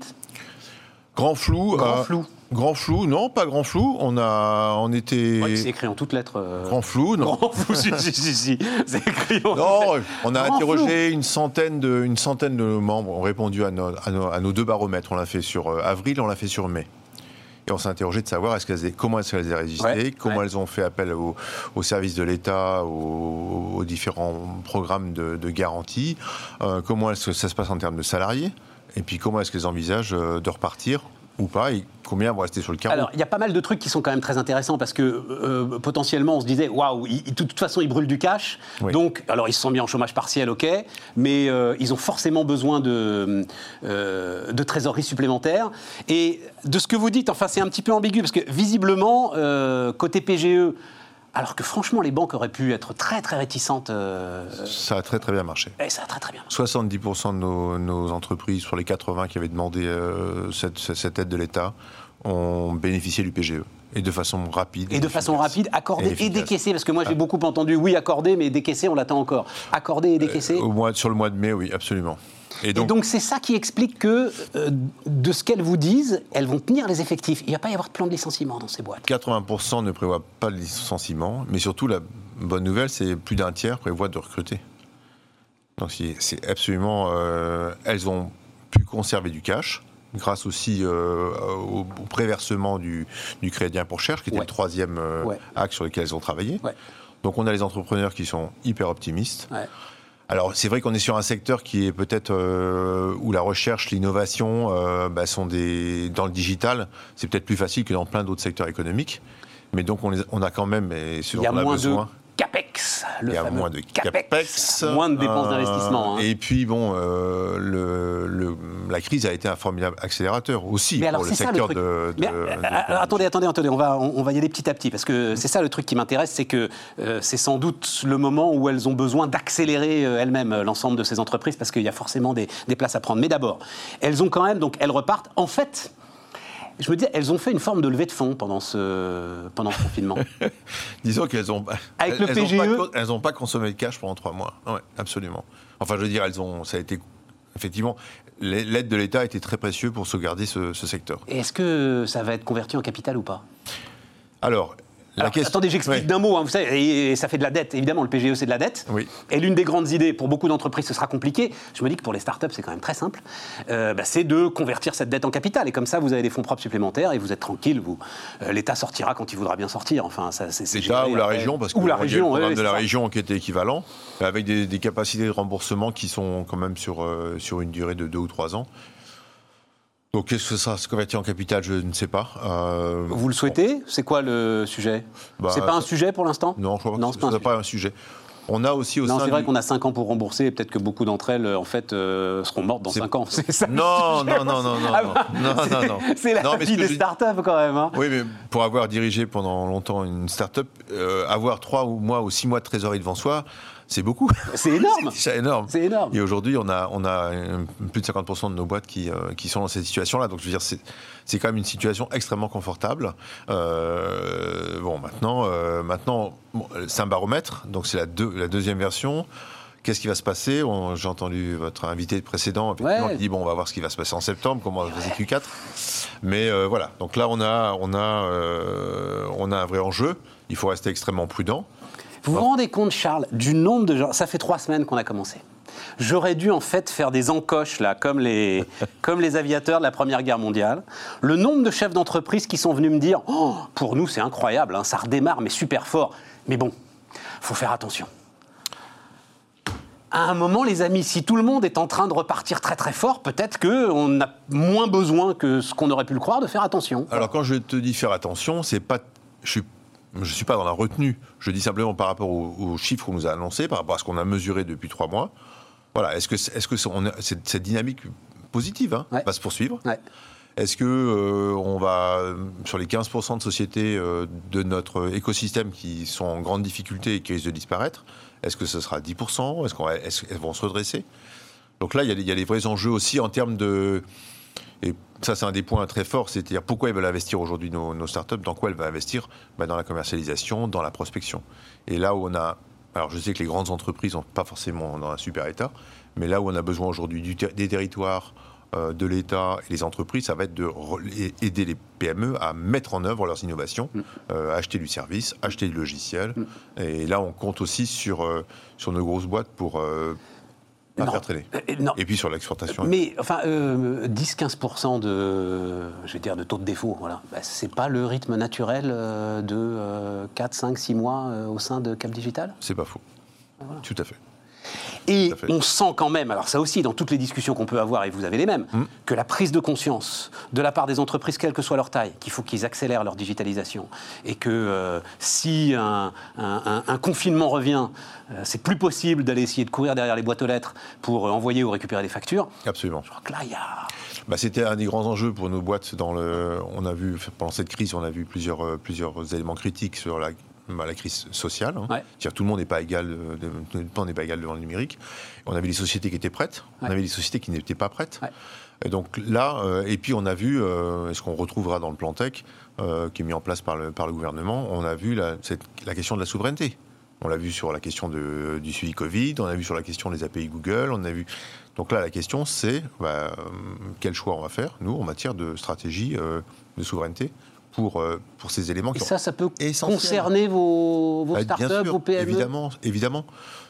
Grand flou. Grand euh, flou. Grand flou, non, pas grand flou. On a, on était. Ouais, c'est écrit en toutes lettres. Euh... Grand flou, non. Grand flou, si, si, si, si. C'est écrit en. Non, on a grand interrogé une centaine de, une centaine de nos membres, ont répondu à nos, à nos, à nos deux baromètres. On l'a fait sur euh, avril, on l'a fait sur mai. Et on s'est interrogé de savoir est-ce qu'elles, comment est-ce qu'elles ont résisté, ouais, comment ouais. elles ont fait appel aux, aux services de l'État, aux, aux différents programmes de, de garantie, euh, comment est-ce que ça se passe en termes de salariés. Et puis, comment est-ce qu'elles envisagent de repartir ou pas, et combien vont rester sur le carreau. Alors, il y a pas mal de trucs qui sont quand même très intéressants parce que euh, potentiellement, on se disait, waouh, de toute façon, ils brûlent du cash. Oui. Donc, alors, ils se sont mis en chômage partiel, ok, mais euh, ils ont forcément besoin de, euh, de trésorerie supplémentaire. Et de ce que vous dites, enfin, c'est un petit peu ambigu parce que visiblement, euh, côté P G E, alors que franchement, les banques auraient pu être très très réticentes. Euh... Ça a très très bien marché. Et ça a très très bien marché. soixante-dix pour cent de nos, nos entreprises sur les quatre-vingts qui avaient demandé euh, cette, cette aide de l'État ont bénéficié du P G E. Et de façon rapide. Et de façon rapide, accordée et, et décaissée. Parce que moi, j'ai ah. beaucoup entendu, oui, accordé, mais décaissé, on l'attend encore. Accordé et décaissé. Euh, au mois, sur le mois de mai, oui, absolument. Et donc, et donc c'est ça qui explique que, euh, de ce qu'elles vous disent, elles vont tenir les effectifs. Il ne va pas y avoir de plan de licenciement dans ces boîtes. quatre-vingts pour cent ne prévoient pas de licenciement, mais surtout, la bonne nouvelle, c'est plus d'un tiers prévoient de recruter. Donc c'est absolument... Euh, elles ont pu conserver du cash, grâce aussi euh, au, au préversement du, du crédit impôt recherche, qui était ouais. le troisième euh, ouais. axe sur lequel elles ont travaillé. Ouais. Donc on a les entrepreneurs qui sont hyper optimistes. Ouais. Alors, c'est vrai qu'on est sur un secteur qui est peut-être euh, où la recherche, l'innovation euh, bah, sont des... dans le digital, c'est peut-être plus facile que dans plein d'autres secteurs économiques. Mais donc, on, les... on a quand même, et ce dont on a besoin... Il y a moins de CAPEX, le Il y a fameux moins de CAPEX, CAPEX. Moins de dépenses euh, d'investissement. Hein. Et puis, bon, euh, le, le, la crise a été un formidable accélérateur aussi mais alors, pour le secteur le de... de, mais, de, euh, de alors, attendez, attendez, attendez, on va, on, on va y aller petit à petit, parce que c'est ça le truc qui m'intéresse, c'est que euh, c'est sans doute le moment où elles ont besoin d'accélérer euh, elles-mêmes euh, l'ensemble de ces entreprises, parce qu'il y a forcément des, des places à prendre. Mais d'abord, elles ont quand même, donc elles repartent, en fait... Je me dis, elles ont fait une forme de levée de fonds pendant ce, pendant ce confinement. Disons qu'elles ont, Avec elles, le P G E, elles n'ont pas, pas consommé de cash pendant trois mois. Ouais, absolument. Enfin, je veux dire, elles ont, ça a été effectivement, l'aide de l'État a été très précieuse pour sauvegarder ce, ce secteur. Et est-ce que ça va être converti en capital ou pas ? Alors. Alors, question... Attendez, j'explique oui. d'un mot, hein, vous savez, et, et ça fait de la dette, évidemment, le P G E c'est de la dette, oui. et l'une des grandes idées, pour beaucoup d'entreprises ce sera compliqué, je me dis que pour les startups c'est quand même très simple, euh, bah, c'est de convertir cette dette en capital, et comme ça vous avez des fonds propres supplémentaires, et vous êtes tranquille, vous, euh, l'État sortira quand il voudra bien sortir, enfin ça c'est... L'État ou la après... région, parce que ou la région, région, le programme ouais, de la ça. région qui était équivalent, avec des, des capacités de remboursement qui sont quand même sur, euh, sur une durée de deux ou trois ans. Donc, qu'est-ce que ça se convertit en capital ? Je ne sais pas. Euh, Vous le souhaitez ? Bon. C'est quoi le sujet ? bah, C'est pas un sujet pour l'instant ? Non, je crois non, pas que ce n'est pas un sujet. On a aussi au non, sein c'est vrai du... qu'on a cinq ans pour rembourser, et peut-être que beaucoup d'entre elles, en fait, euh, seront mortes dans cinq ans. C'est ça. Non, non, non, non, non, ah bah, non, non, non. C'est la non, vie des startups quand même. Hein. Oui, mais pour avoir dirigé pendant longtemps une startup, euh, avoir trois mois ou six mois de trésorerie devant soi, c'est beaucoup. C'est énorme. C'est énorme. C'est énorme. Et aujourd'hui, on a, on a plus de cinquante pour cent de nos boîtes qui, euh, qui sont dans cette situation-là. Donc, je veux dire, c'est, c'est quand même une situation extrêmement confortable. Euh, bon, maintenant, euh, maintenant bon, c'est un baromètre. Donc, c'est la, deux, la deuxième version. Qu'est-ce qui va se passer ? on, J'ai entendu votre invité précédent effectivement, ouais. qui dit bon, on va voir ce qui va se passer en septembre, comment on va faire Q quatre. Mais euh, voilà. Donc là, on a, on a, euh, on a un vrai enjeu. Il faut rester extrêmement prudent. Vous vous rendez compte, Charles, du nombre de gens... Ça fait trois semaines qu'on a commencé. J'aurais dû, en fait, faire des encoches, là, comme les, comme les aviateurs de la Première Guerre mondiale. Le nombre de chefs d'entreprise qui sont venus me dire oh, « Pour nous, c'est incroyable, hein, ça redémarre, mais super fort. Mais bon, il faut faire attention. » À un moment, les amis, si tout le monde est en train de repartir très très fort, peut-être qu'on a moins besoin que ce qu'on aurait pu le croire de faire attention. Alors, quand je te dis faire attention, c'est pas... Je suis Je ne suis pas dans la retenue. Je dis simplement par rapport aux, aux chiffres qu'on nous a annoncés, par rapport à ce qu'on a mesuré depuis trois mois. Voilà. Est-ce que, est-ce que on a, cette, cette dynamique positive hein, ouais. va se poursuivre ouais. Est-ce que euh, on va, sur les quinze pour cent de sociétés euh, de notre écosystème qui sont en grande difficulté et qui risquent de disparaître, est-ce que ce sera dix pour cent ? Est-ce, qu'on va, est-ce qu'elles vont se redresser ? Donc là, il y, y a les vrais enjeux aussi en termes de... Et ça, c'est un des points très forts, c'est-à-dire pourquoi ils veulent investir aujourd'hui nos, nos startups, dans quoi elles veulent investir ? Ben, dans la commercialisation, dans la prospection. Et là où on a... Alors, je sais que les grandes entreprises sont pas forcément dans un super état, mais là où on a besoin aujourd'hui du ter- des territoires, euh, de l'État et les entreprises, ça va être de re- aider les P M E à mettre en œuvre leurs innovations, mmh. euh, acheter du service, acheter du logiciel. Mmh. Et là, on compte aussi sur, euh, sur nos grosses boîtes pour... Euh, Pas non. faire traîner. Euh, non. Et puis sur l'exportation. Mais enfin, euh, dix à quinze pour cent de, je vais dire, de taux de défaut, voilà. Bah, c'est pas le rythme naturel euh, de euh, quatre, cinq, six mois euh, au sein de Cap Digital ? C'est pas faux. Voilà. Tout à fait. Et on sent quand même, alors ça aussi, dans toutes les discussions qu'on peut avoir, et vous avez les mêmes, mmh. que la prise de conscience de la part des entreprises, quelle que soit leur taille, qu'il faut qu'ils accélèrent leur digitalisation, et que euh, si un, un, un, un confinement revient, euh, c'est plus possible d'aller essayer de courir derrière les boîtes aux lettres pour euh, envoyer ou récupérer des factures. Absolument. Je crois que là, il y a... Bah, c'était un des grands enjeux pour nos boîtes. Dans le, on a vu, pendant cette crise, on a vu plusieurs, euh, plusieurs éléments critiques sur la, bah, la crise sociale. Hein. Ouais. C'est-à-dire tout le monde n'est pas égal, de, tout le monde n'est pas égal devant le numérique. On avait des sociétés qui étaient prêtes, ouais. on avait des sociétés qui n'étaient pas prêtes. Ouais. Et donc là, euh, et puis on a vu, euh, ce qu'on retrouvera dans le plan tech, euh, qui est mis en place par le, par le gouvernement, on a vu la, cette, la question de la souveraineté. On l'a vu sur la question de, du suivi Covid, on a vu sur la question des A P I Google, on a vu... Donc là, la question, c'est bah, quel choix on va faire, nous, en matière de stratégie euh, de souveraineté pour, euh, pour ces éléments qui Et ça, sont ça peut essentiels. Concerner vos, vos bah, startups, vos P M E. Évidemment, évidemment.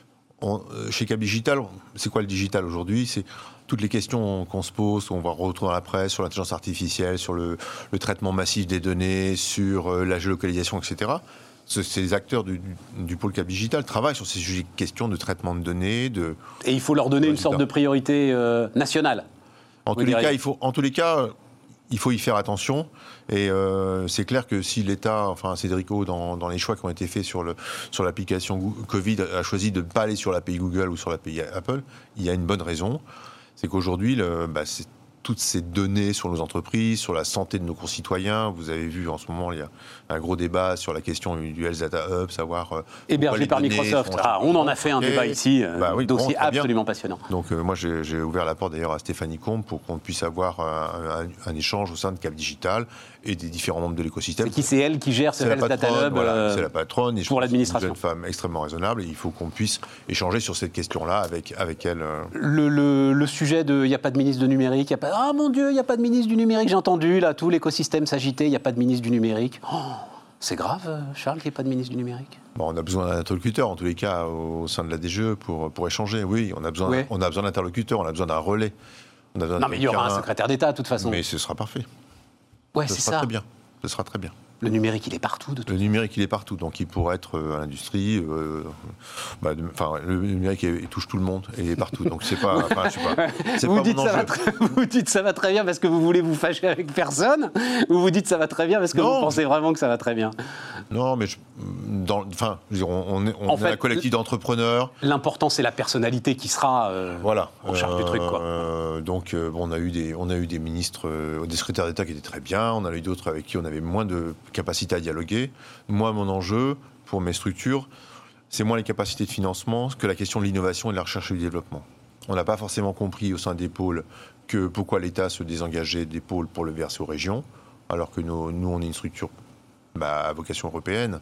On, euh, chez Cap Digital, c'est quoi le digital aujourd'hui ? C'est toutes les questions qu'on se pose, on va retrouver dans la presse, sur l'intelligence artificielle, sur le, le traitement massif des données, sur euh, la géolocalisation, et cetera. Ces acteurs du, du, du pôle Cap Digital travaillent sur ces sujets de questions de traitement de données. De, Et il faut leur donner une sorte de priorité euh, nationale. En tous, les cas, il faut, en tous les cas, il faut y faire attention. Et euh, c'est clair que si l'État, enfin Cédrico, dans, dans les choix qui ont été faits sur, le, sur l'application Covid, a choisi de ne pas aller sur l'A P I Google ou sur l'A P I Apple, il y a une bonne raison. C'est qu'aujourd'hui, le, bah, c'est toutes ces données sur nos entreprises, sur la santé de nos concitoyens. Vous avez vu en ce moment, il y a un gros débat sur la question du Health Data Hub, savoir... Euh, Hébergé par Microsoft. Ah, on en a fait un débat ici, euh, bah oui, dossier bon, absolument bien. Passionnant. Donc euh, moi, j'ai, j'ai ouvert la porte d'ailleurs à Stéphanie Combe pour qu'on puisse avoir un, un, un échange au sein de Cap Digital et des différents membres de l'écosystème. C'est qui c'est elle qui gère ce Health Data Hub voilà, euh, c'est la patronne. Et pour l'administration. C'est une femme extrêmement raisonnable et il faut qu'on puisse échanger sur cette question-là avec, avec elle. Euh... Le, le, le sujet de il n'y a pas de ministre de numérique, il n'y a pas... Ah mon Dieu, il n'y a pas de ministre du numérique, j'ai entendu, là, tout l'écosystème s'agitait, il n'y a pas de ministre du numérique. Oh, c'est grave, Charles, qu'il n'y ait pas de ministre du numérique. Bon, on a besoin d'un interlocuteur, en tous les cas, au sein de la D G E, pour, pour échanger. Oui, on a besoin, ouais. on a besoin d'interlocuteurs, on a besoin d'un relais. On a besoin non, mais il y aura un secrétaire d'État, de toute façon. Mais ce sera parfait. Ouais, ce c'est sera ça. Très bien. Ce sera très bien. Le numérique, il est partout. De toute le numérique, il est partout. Donc, il pourrait être à l'industrie. Euh, bah, de, enfin, le numérique, il, il touche tout le monde et il est partout. Donc, c'est pas. Enfin, je sais pas. C'est vous, pas dites mon ça va très, vous dites ça va très bien parce que vous voulez vous fâcher avec personne, ou vous dites ça va très bien parce que non, vous pensez vraiment que ça va très bien. Non, mais je, dans, enfin, je veux dire, on est, on est fait, un collectif d'entrepreneurs. L'important, c'est la personnalité qui sera euh, voilà. en charge euh, du truc, quoi. Euh, donc, euh, bon, on a eu des, on a eu des ministres, euh, des secrétaires d'État qui étaient très bien. On a eu d'autres avec qui on avait moins de capacité à dialoguer. Moi, mon enjeu pour mes structures, c'est moins les capacités de financement que la question de l'innovation et de la recherche et du développement. On n'a pas forcément compris au sein des pôles que pourquoi l'État se désengageait des pôles pour le verser aux régions, alors que nous, nous on est une structure bah, à vocation européenne.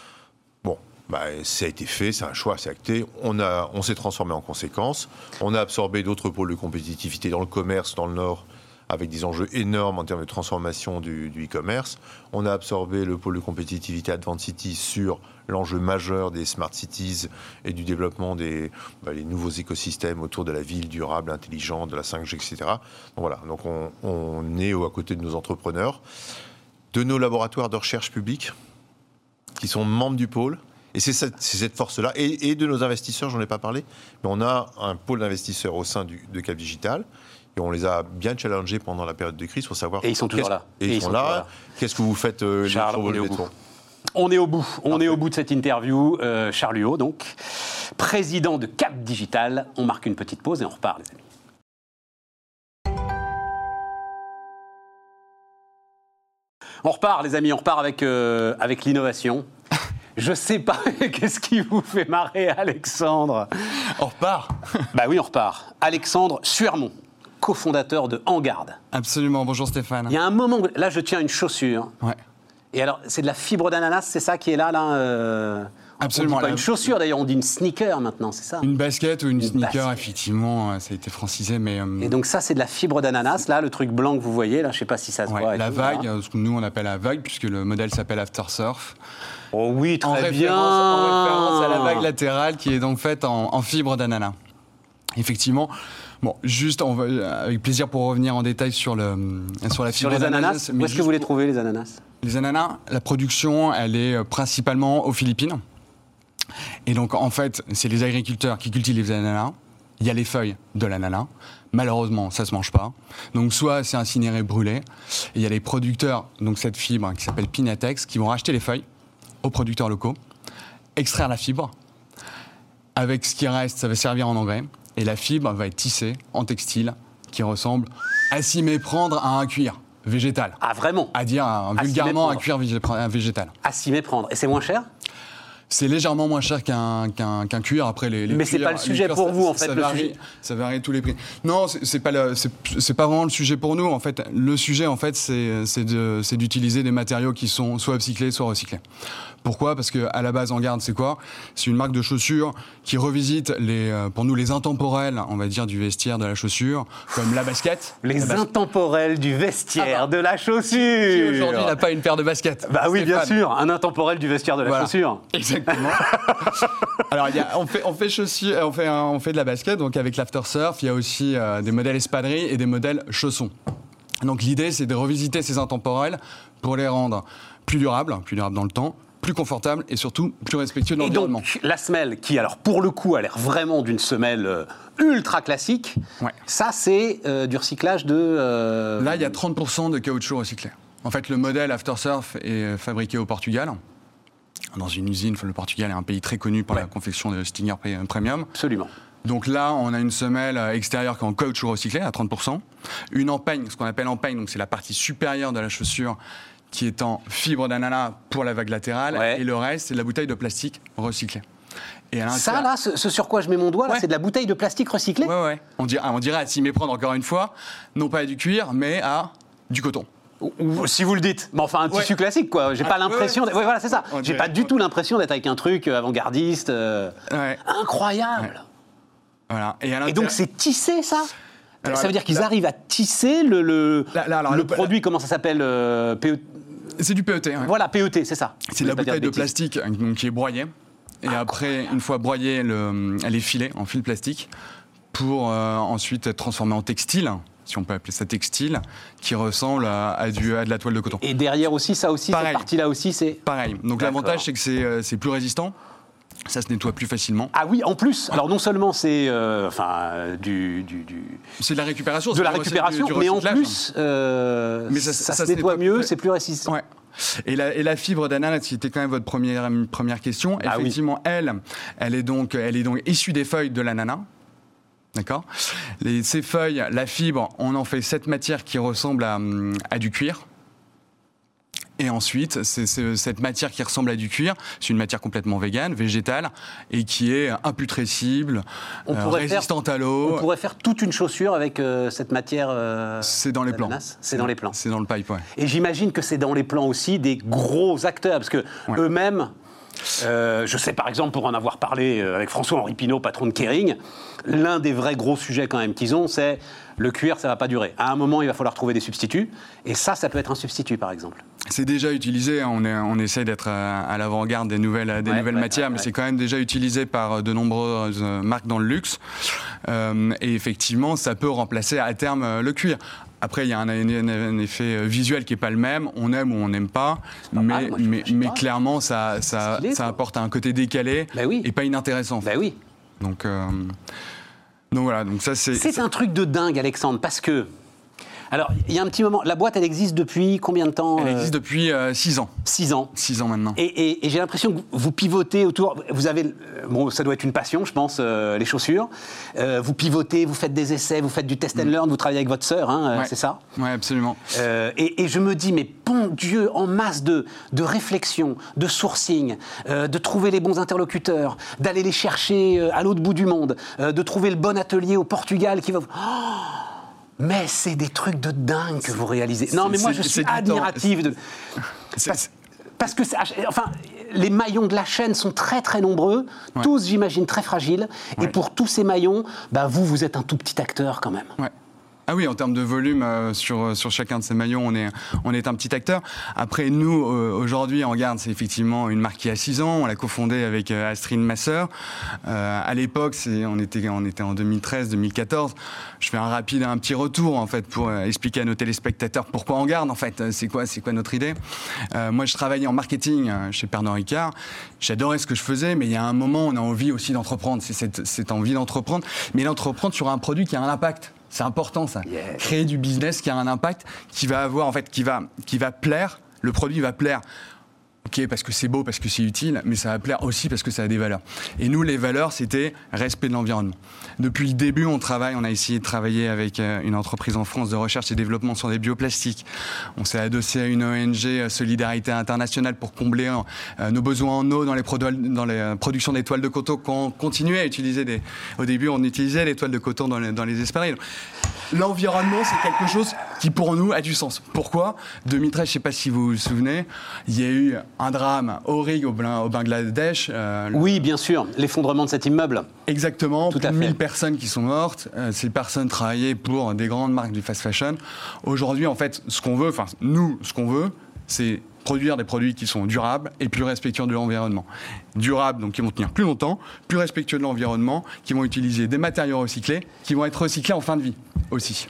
Bon, bah, ça a été fait, c'est un choix, c'est acté. On, a, on s'est transformé en conséquence. On a absorbé d'autres pôles de compétitivité dans le commerce, dans le Nord, avec des enjeux énormes en termes de transformation du, du e-commerce. On a absorbé le pôle de compétitivité Advanced Cities sur l'enjeu majeur des smart cities et du développement des bah, les nouveaux écosystèmes autour de la ville durable, intelligente, de la cinq G, et cetera. Donc voilà, donc on, on est à côté de nos entrepreneurs, de nos laboratoires de recherche publique qui sont membres du pôle. Et c'est cette, c'est cette force-là. Et, et de nos investisseurs, j'en ai pas parlé, mais on a un pôle d'investisseurs au sein du, de Cap Digital. Et on les a bien challengés pendant la période de crise pour savoir... Et ils sont toujours là. Et, et ils, ils sont, sont là. là. Qu'est-ce que vous faites euh, Charles, on est au bout. On est au bout. On Parfait. est au bout de cette interview. Euh, Charles Huot, donc, président de Cap Digital. On marque une petite pause et on repart, les amis. On repart, les amis. On repart avec, euh, avec l'innovation. Je sais pas, qu'est-ce qui vous fait marrer, Alexandre ? On repart. Bah oui, on repart. Alexandre Suermont, cofondateur de Engarde. Absolument, bonjour Stéphane. Il y a un moment, là je tiens une chaussure. Ouais. Et alors, c'est de la fibre d'ananas, c'est ça qui est là, là euh... Absolument. On dit pas la... une chaussure d'ailleurs, on dit une sneaker maintenant, c'est ça ? Une basket ou une, une basket. sneaker, effectivement, ça a été francisé, mais... Euh... Et donc ça, c'est de la fibre d'ananas, là, le truc blanc que vous voyez, là, je sais pas si ça se ouais, voit. La tout, vague, là. Ce que nous on appelle la vague, puisque le modèle s'appelle Aftersurf. Oh oui, très en bien. Référence, en référence à la vague latérale qui est donc faite en, en fibre d'ananas. Effectivement. Bon, juste, on va, avec plaisir pour revenir en détail sur, le, sur la fibre sur les d'ananas. ananas, où est-ce que vous les trouvez, les ananas ? Les ananas, la production, elle est principalement aux Philippines. Et donc, en fait, c'est les agriculteurs qui cultivent les ananas, il y a les feuilles de l'ananas. Malheureusement, ça ne se mange pas. Donc, soit c'est incinéré, brûlé. Et il y a les producteurs, donc cette fibre qui s'appelle Pinatex, qui vont racheter les feuilles aux producteurs locaux, extraire la fibre. Avec ce qui reste, ça va servir en engrais. Et la fibre va être tissée en textile qui ressemble à s'y méprendre à un cuir végétal. Ah, vraiment? À dire euh, À vulgairement s'y un cuir végé- végétal. À s'y méprendre. Et c'est moins cher? C'est légèrement moins cher qu'un qu'un qu'un cuir. Après, les, les Mais c'est cuirs- pas le les sujet cuirs, pour ça- vous, en ça fait, le varie, sujet. ça varie tous les prix. Non, c'est c'est pas le- c'est c'est pas vraiment le sujet pour nous. En fait, le sujet, en fait, c'est c'est de- c'est d'utiliser des matériaux qui sont soit upcyclés, soit recyclés. Pourquoi? Parce que à la base, En Garde, c'est quoi? C'est une marque de chaussures qui revisite les, euh, pour nous, les intemporels, on va dire, du vestiaire, de la chaussure, comme la basket. Les La basket. intemporels du vestiaire, Ah bah. de la Qui chaussure. aujourd'hui n'a pas une paire de baskets? Bah oui, bien Stéphane. sûr, un intemporel du vestiaire de la Voilà. chaussure. Exactement. Alors, il y a, on, fait, on, fait chaussures, on, fait, un- on fait de la basket, donc avec l'aftersurf, il y a aussi euh, des modèles espadrilles et des modèles chaussons. Donc l'idée, c'est de revisiter ces intemporels pour les rendre plus durables, plus durables dans le temps, plus confortables et surtout plus respectueux de Et l'environnement. donc, la semelle, qui, alors, pour le coup, a l'air vraiment d'une semelle euh, ultra classique, Ouais. ça, c'est euh, du recyclage de... euh, Là, il y a trente pour cent de caoutchouc recyclé. En fait, le modèle Aftersurf est fabriqué au Portugal, dans une usine. Le Portugal est un pays très connu pour Ouais. la confection de Stinger Premium. Absolument. Donc là, on a une semelle extérieure qui est en caoutchouc recyclé à trente pour cent. Une empeigne, ce qu'on appelle empeigne, donc c'est la partie supérieure de la chaussure qui est en fibre d'ananas pour la vague latérale. Ouais. Et le reste, c'est de la bouteille de plastique recyclée. Et à Ça, l'intérieur- là, ce, ce sur quoi je mets mon doigt, là, Ouais. c'est de la bouteille de plastique recyclée. Ouais, ouais. On dirait, on dirait à s'y méprendre encore une fois, non pas à du cuir, mais à du coton. Ou, ou si vous le dites. Mais enfin, un Ouais. tissu classique, quoi. J'ai Ah, pas ouais, l'impression... ouais. d'être- Ouais, voilà, c'est ça. On J'ai dirait- pas du tout l'impression d'être avec un truc euh, avant-gardiste. euh, Ouais. Incroyable. Voilà. Et, à Et donc, l'intérieur- c'est tissé, ça? Alors, Ça veut dire qu'ils là- arrivent à tisser le, le, Là, là, alors, le le- produit, comment ça s'appelle euh, P E T. c'est du P E T. Ouais. Voilà, P E T, c'est ça. C'est Je de la voulais pas dire bouteille de bêtises. plastique donc, qui est broyée. Et après, une fois broyée, le, elle est filée en fil plastique pour euh, ensuite être transformée en textile, si on peut appeler ça textile, qui ressemble à, à du, à de la toile de coton. Et derrière aussi, ça aussi, Pareil. cette partie-là aussi, c'est... Pareil. Donc D'accord. l'avantage, c'est que c'est euh, c'est plus résistant. Ça se nettoie plus facilement. Ah oui, en plus, alors non seulement c'est euh, enfin, euh, du, du, du- C'est de la récupération. de c'est la du recy- récupération, du- du mais en recyclage. plus, euh, Mais ça, ça- se ça se nettoie nettoie mieux, plus- c'est plus résistant. Ouais. Et la, et la fibre d'ananas, qui était quand même votre première, première question, Ah oui. effectivement, elle, elle est donc, elle est donc issue des feuilles de l'ananas. D'accord. Les- Ces feuilles, la fibre, on en fait cette matière qui ressemble à, hum, à du cuir. Et ensuite, c'est c'est cette matière qui ressemble à du cuir, c'est une matière complètement végane, végétale, et qui est imputrescible, On euh, pourrait faire- résistante à On l'eau. pourrait faire toute une chaussure avec euh, cette matière. euh, C'est dans les plans. d'ananas. C'est dans les plans. C'est dans le pipe, ouais. Et j'imagine que c'est dans les plans aussi des gros acteurs, parce que Ouais. eux-mêmes, euh, je sais par exemple, pour en avoir parlé euh, avec François-Henri Pinault, patron de Kering, l'un des vrais gros sujets quand même qu'ils ont, c'est le cuir, ça va pas durer. À un moment, il va falloir trouver des substituts, et ça, ça peut être un substitut par exemple. C'est déjà utilisé, hein, on, est, on essaie d'être à, à l'avant-garde des nouvelles, des Ouais, nouvelles ouais, matières, ouais, mais ouais. c'est quand même déjà utilisé par de nombreuses euh, marques dans le luxe. Euh, et effectivement, ça peut remplacer à terme euh, le cuir. Après, il y a un, un- un effet euh, visuel qui n'est pas le même, on aime ou on n'aime pas, pas mais, mal, moi, je- mais, je sais mais pas. clairement, ça, ça, stylé, ça quoi. apporte un côté décalé Ben oui. et pas inintéressant. Ben oui. Donc, euh, donc voilà, donc ça c'est... C'est un truc de dingue, Alexandre, parce que... Alors, il y a un petit moment, la boîte, elle existe depuis combien de temps Elle euh, existe depuis six ans. Six ans. six ans maintenant. Et, et- et j'ai l'impression que vous pivotez autour. Vous avez, euh, bon, ça doit être une passion, je pense, euh, les chaussures. Euh, vous pivotez, vous faites des essais, vous faites du test and learn, vous travaillez avec votre sœur, hein, euh, Ouais. c'est ça. Oui, absolument. Euh, et, et je me dis, mais bon Dieu, en masse de, de réflexion, de sourcing, euh, de trouver les bons interlocuteurs, d'aller les chercher euh, à l'autre bout du monde, euh, de trouver le bon atelier au Portugal qui va. vous- Oh, mais c'est des trucs de dingue que vous réalisez. Non, c'est- mais moi, c'est- je suis c'est du temps. admirative de. C'est- Parce, parce que, c'est- enfin, les maillons de la chaîne sont très très nombreux, Ouais. tous, j'imagine, très fragiles. Et Ouais. pour tous ces maillons, bah, vous, vous êtes un tout petit acteur quand même. Ouais. Ah oui, en termes de volume, euh, sur, sur chacun de ces maillons, on est, on est un petit acteur. Après, nous, euh, aujourd'hui, Engarde, c'est effectivement une marque qui a six ans. On l'a cofondée avec euh, Astrid, ma sœur. Euh, à l'époque, c'est, on, était, on était en deux mille treize deux mille quatorze. Je fais un rapide, un petit retour, en fait, pour euh, expliquer à nos téléspectateurs pourquoi Engarde, en fait. C'est quoi, c'est quoi notre idée? euh, Moi, je travaillais en marketing euh, chez Pernod Ricard. J'adorais ce que je faisais, mais il y a un moment, on a envie aussi d'entreprendre. C'est cette, cette envie d'entreprendre, mais d'entreprendre sur un produit qui a un impact. C'est important, ça. Yeah. Créer du business qui a un impact, qui va avoir, en fait, qui va, qui va plaire. Le produit va plaire. Ok, parce que c'est beau, parce que c'est utile, mais ça va plaire aussi parce que ça a des valeurs. Et nous, les valeurs, c'était respect de l'environnement. Depuis le début, on travaille, on a essayé de travailler avec une entreprise en France de recherche et développement sur des bioplastiques. On s'est adossé à une O N G Solidarité Internationale pour combler euh, nos besoins en eau dans les, produ- dans les euh, productions des toiles de coton qu'on continuait à utiliser. Des... Au début, on utilisait les toiles de coton dans les, dans les espadrilles. L'environnement, c'est quelque chose qui, pour nous, a du sens. Pourquoi ? deux mille treize, je ne sais pas si vous vous souvenez, il y a eu un drame horrible au Bangladesh. Euh, oui, bien sûr, l'effondrement de cet immeuble. Exactement, plus de mille personnes qui sont mortes. Euh, ces personnes travaillaient pour des grandes marques du fast fashion. Aujourd'hui, en fait, ce qu'on veut, enfin, nous, ce qu'on veut, c'est produire des produits qui sont durables et plus respectueux de l'environnement. Durables, donc qui vont tenir plus longtemps, plus respectueux de l'environnement, qui vont utiliser des matériaux recyclés, qui vont être recyclés en fin de vie aussi.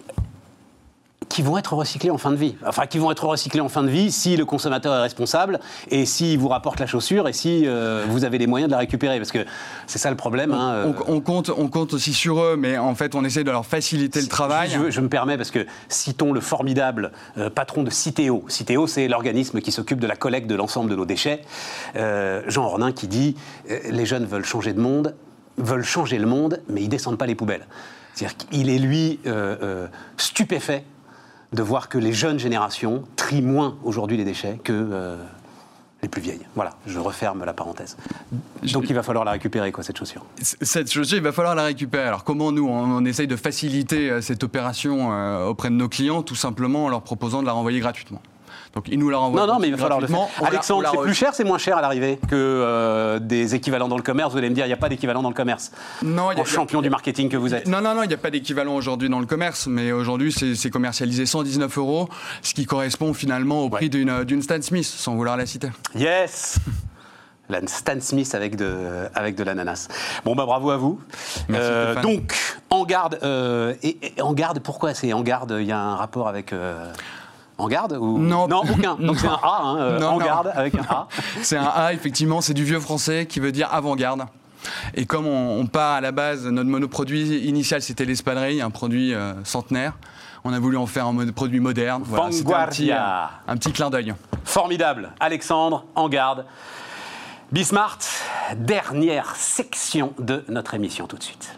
Qui vont être recyclés en fin de vie. Enfin, qui vont être recyclés en fin de vie si le consommateur est responsable et s'il vous rapporte la chaussure et si euh, vous avez les moyens de la récupérer. Parce que c'est ça le problème. Hein, euh... on, on, compte, on compte aussi sur eux, mais en fait, on essaie de leur faciliter le travail. Je, je me permets, parce que citons le formidable euh, patron de Citeo. Citeo, c'est l'organisme qui s'occupe de la collecte de l'ensemble de nos déchets. Euh, Jean Ornin qui dit euh, « Les jeunes veulent changer de monde, veulent changer le monde, mais ils ne descendent pas les poubelles. » C'est-à-dire qu'il est, lui, euh, euh, stupéfait de voir que les jeunes générations trient moins aujourd'hui les déchets que euh, les plus vieilles. Voilà, je referme la parenthèse. Donc il va falloir la récupérer, quoi, cette chaussure. Cette chaussure, il va falloir la récupérer. Alors comment nous, on, on essaye de faciliter euh, cette opération euh, auprès de nos clients, tout simplement en leur proposant de la renvoyer gratuitement. Donc ils nous la renvoient. Non, non, mais il va falloir le faire. Alexandre, c'est plus cher, c'est moins cher à l'arrivée que euh, des équivalents dans le commerce. Vous allez me dire, il n'y a pas d'équivalent dans le commerce. Non, il y a, en champion y a, du marketing que vous êtes. Non, non, non, il n'y a pas d'équivalent aujourd'hui dans le commerce, mais aujourd'hui c'est, c'est commercialisé cent dix-neuf euros, ce qui correspond finalement au prix ouais. d'une, d'une Stan Smith, sans vouloir la citer. Yes. La Stan Smith avec de, avec de l'ananas. Bon, bah bravo à vous. Merci, euh, donc, en garde, euh, et, et en garde, pourquoi c'est en garde? Il y a un rapport avec. Euh, En garde ou... Non. Non, aucun. Donc non. C'est un A, hein, euh, non, en non. garde avec un A. C'est un A, effectivement, c'est du vieux français qui veut dire avant-garde. Et comme on, on part à la base, notre monoproduit initial c'était l'espadrille, un produit euh, centenaire. On a voulu en faire un mo- produit moderne. Voilà, c'était un petit, euh, un petit clin d'œil. Formidable. Alexandre, en garde. Bismart, dernière section de notre émission tout de suite.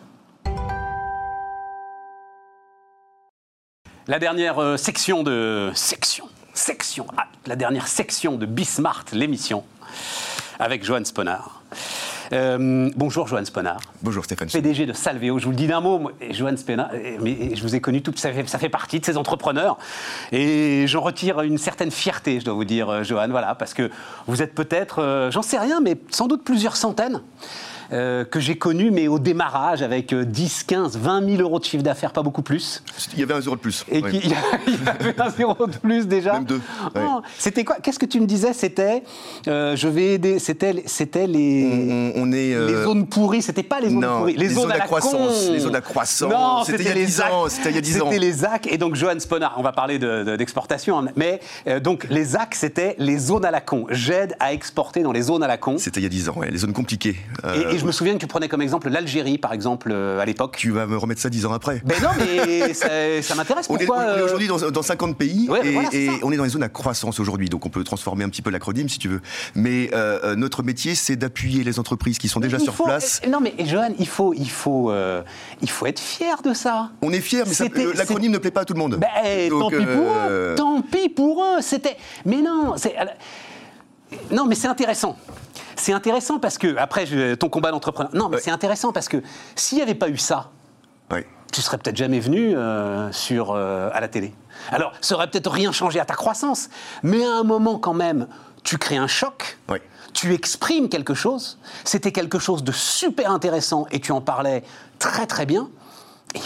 La dernière euh, section de... Section Section ah, La dernière section de Bismart, l'émission, avec Johan Sponard. Euh, bonjour Johan Sponard. Bonjour Stéphane. P D G de Salvéo. Je vous le dis d'un mot, moi, Johan Sponard, mais je vous ai connu, tout, ça, fait, ça fait partie de ces entrepreneurs. Et j'en retire une certaine fierté, je dois vous dire, Johan, voilà, parce que vous êtes peut-être, euh, j'en sais rien, mais sans doute plusieurs centaines. Euh, que j'ai connu, mais au démarrage, avec dix, quinze, vingt mille euros de chiffre d'affaires, pas beaucoup plus. Il y avait un zéro de plus. Et ouais. qui, il y avait un zéro de plus déjà. Même deux. Oh, ouais. C'était quoi? Qu'est-ce que tu me disais? C'était, euh, je vais aider. C'était, c'était les, on, on est, euh... les zones pourries. C'était pas les zones non, pourries. Les, les zones, zones à à la croissance. con. Les zones à croissance. Non, c'était, c'était, il y a dix ans. C'était il y a dix ans. C'était les Z A C. Et donc Johan Sponard, on va parler de, de, d'exportation, hein, mais euh, donc les Z A C, c'était les zones à la con. J'aide à exporter dans les zones à la con. C'était il y a dix ans. Ouais, les zones compliquées. Euh, et, et je me souviens que tu prenais comme exemple l'Algérie, par exemple, euh, à l'époque. Tu vas me remettre ça dix ans après. Ben non, mais ça, ça m'intéresse. On Pourquoi est, on est aujourd'hui dans, dans cinquante pays ouais, et, voilà, et on est dans les zones à croissance aujourd'hui. Donc on peut transformer un petit peu l'acronyme si tu veux. Mais euh, notre métier, c'est d'appuyer les entreprises qui sont déjà il sur faut, place. Non, mais Johan, il faut, il faut, euh, il faut être fier de ça. On est fiers, mais ça, l'acronyme ne plaît pas à tout le monde. Ben, Donc, tant pis pour euh... eux. Tant pis pour eux. C'était. Mais non, c'est. Non, mais c'est intéressant. C'est intéressant parce que, après, je, ton combat d'entrepreneur. Non, mais ouais. c'est intéressant parce que s'il n'y avait pas eu ça, ouais. tu serais peut-être jamais venu euh, sur, euh, à la télé. Alors, ça aurait peut-être rien changé à ta croissance, mais à un moment, quand même, tu crées un choc. Ouais. Tu exprimes quelque chose. C'était quelque chose de super intéressant et tu en parlais très, très bien. Et il faut être fier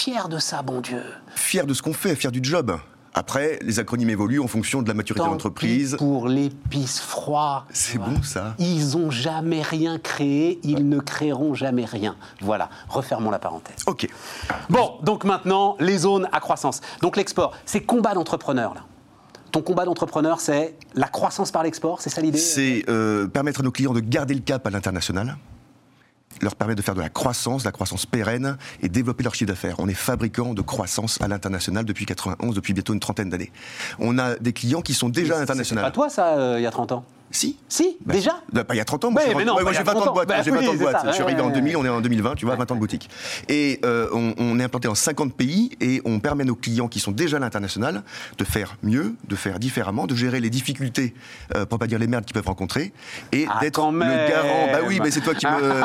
fier de ça, bon Dieu. Fier de ce qu'on fait, fier du job. Après, les acronymes évoluent en fonction de la maturité de l'entreprise. Pour l'épice froid. C'est bon, ça. Ils n'ont jamais rien créé, ils ouais. ne créeront jamais rien. Voilà, refermons la parenthèse. OK. Bon, donc maintenant, les zones à croissance. Donc l'export, c'est combat d'entrepreneur, là. Ton combat d'entrepreneur, c'est la croissance par l'export, c'est ça l'idée ? C'est euh, permettre à nos clients de garder le cap à l'international, leur permettre de faire de la croissance, de la croissance pérenne et développer leur chiffre d'affaires. On est fabricant de croissance à l'international depuis quatre-vingt-onze, depuis bientôt une trentaine d'années. On a des clients qui sont déjà à l'international. C'est pas toi ça, euh, il y a trente ans ? Si. Si, bah, déjà bah, pas il y a trente ans, moi, ouais, je suis non, ouais, moi j'ai vingt ans de boîte. Bah, j'ai oui, vingt ans de boîte. Ça, je suis arrivé ouais, en deux mille, ouais. on est en deux mille vingt, tu vois, vingt ans de boutique. Et euh, on, on est implanté en cinquante pays et on permet à nos clients qui sont déjà à l'international de faire mieux, de faire différemment, de gérer les difficultés, euh, pour pas dire les merdes qu'ils peuvent rencontrer, et ah, d'être le garant. Bah oui, mais c'est toi qui me...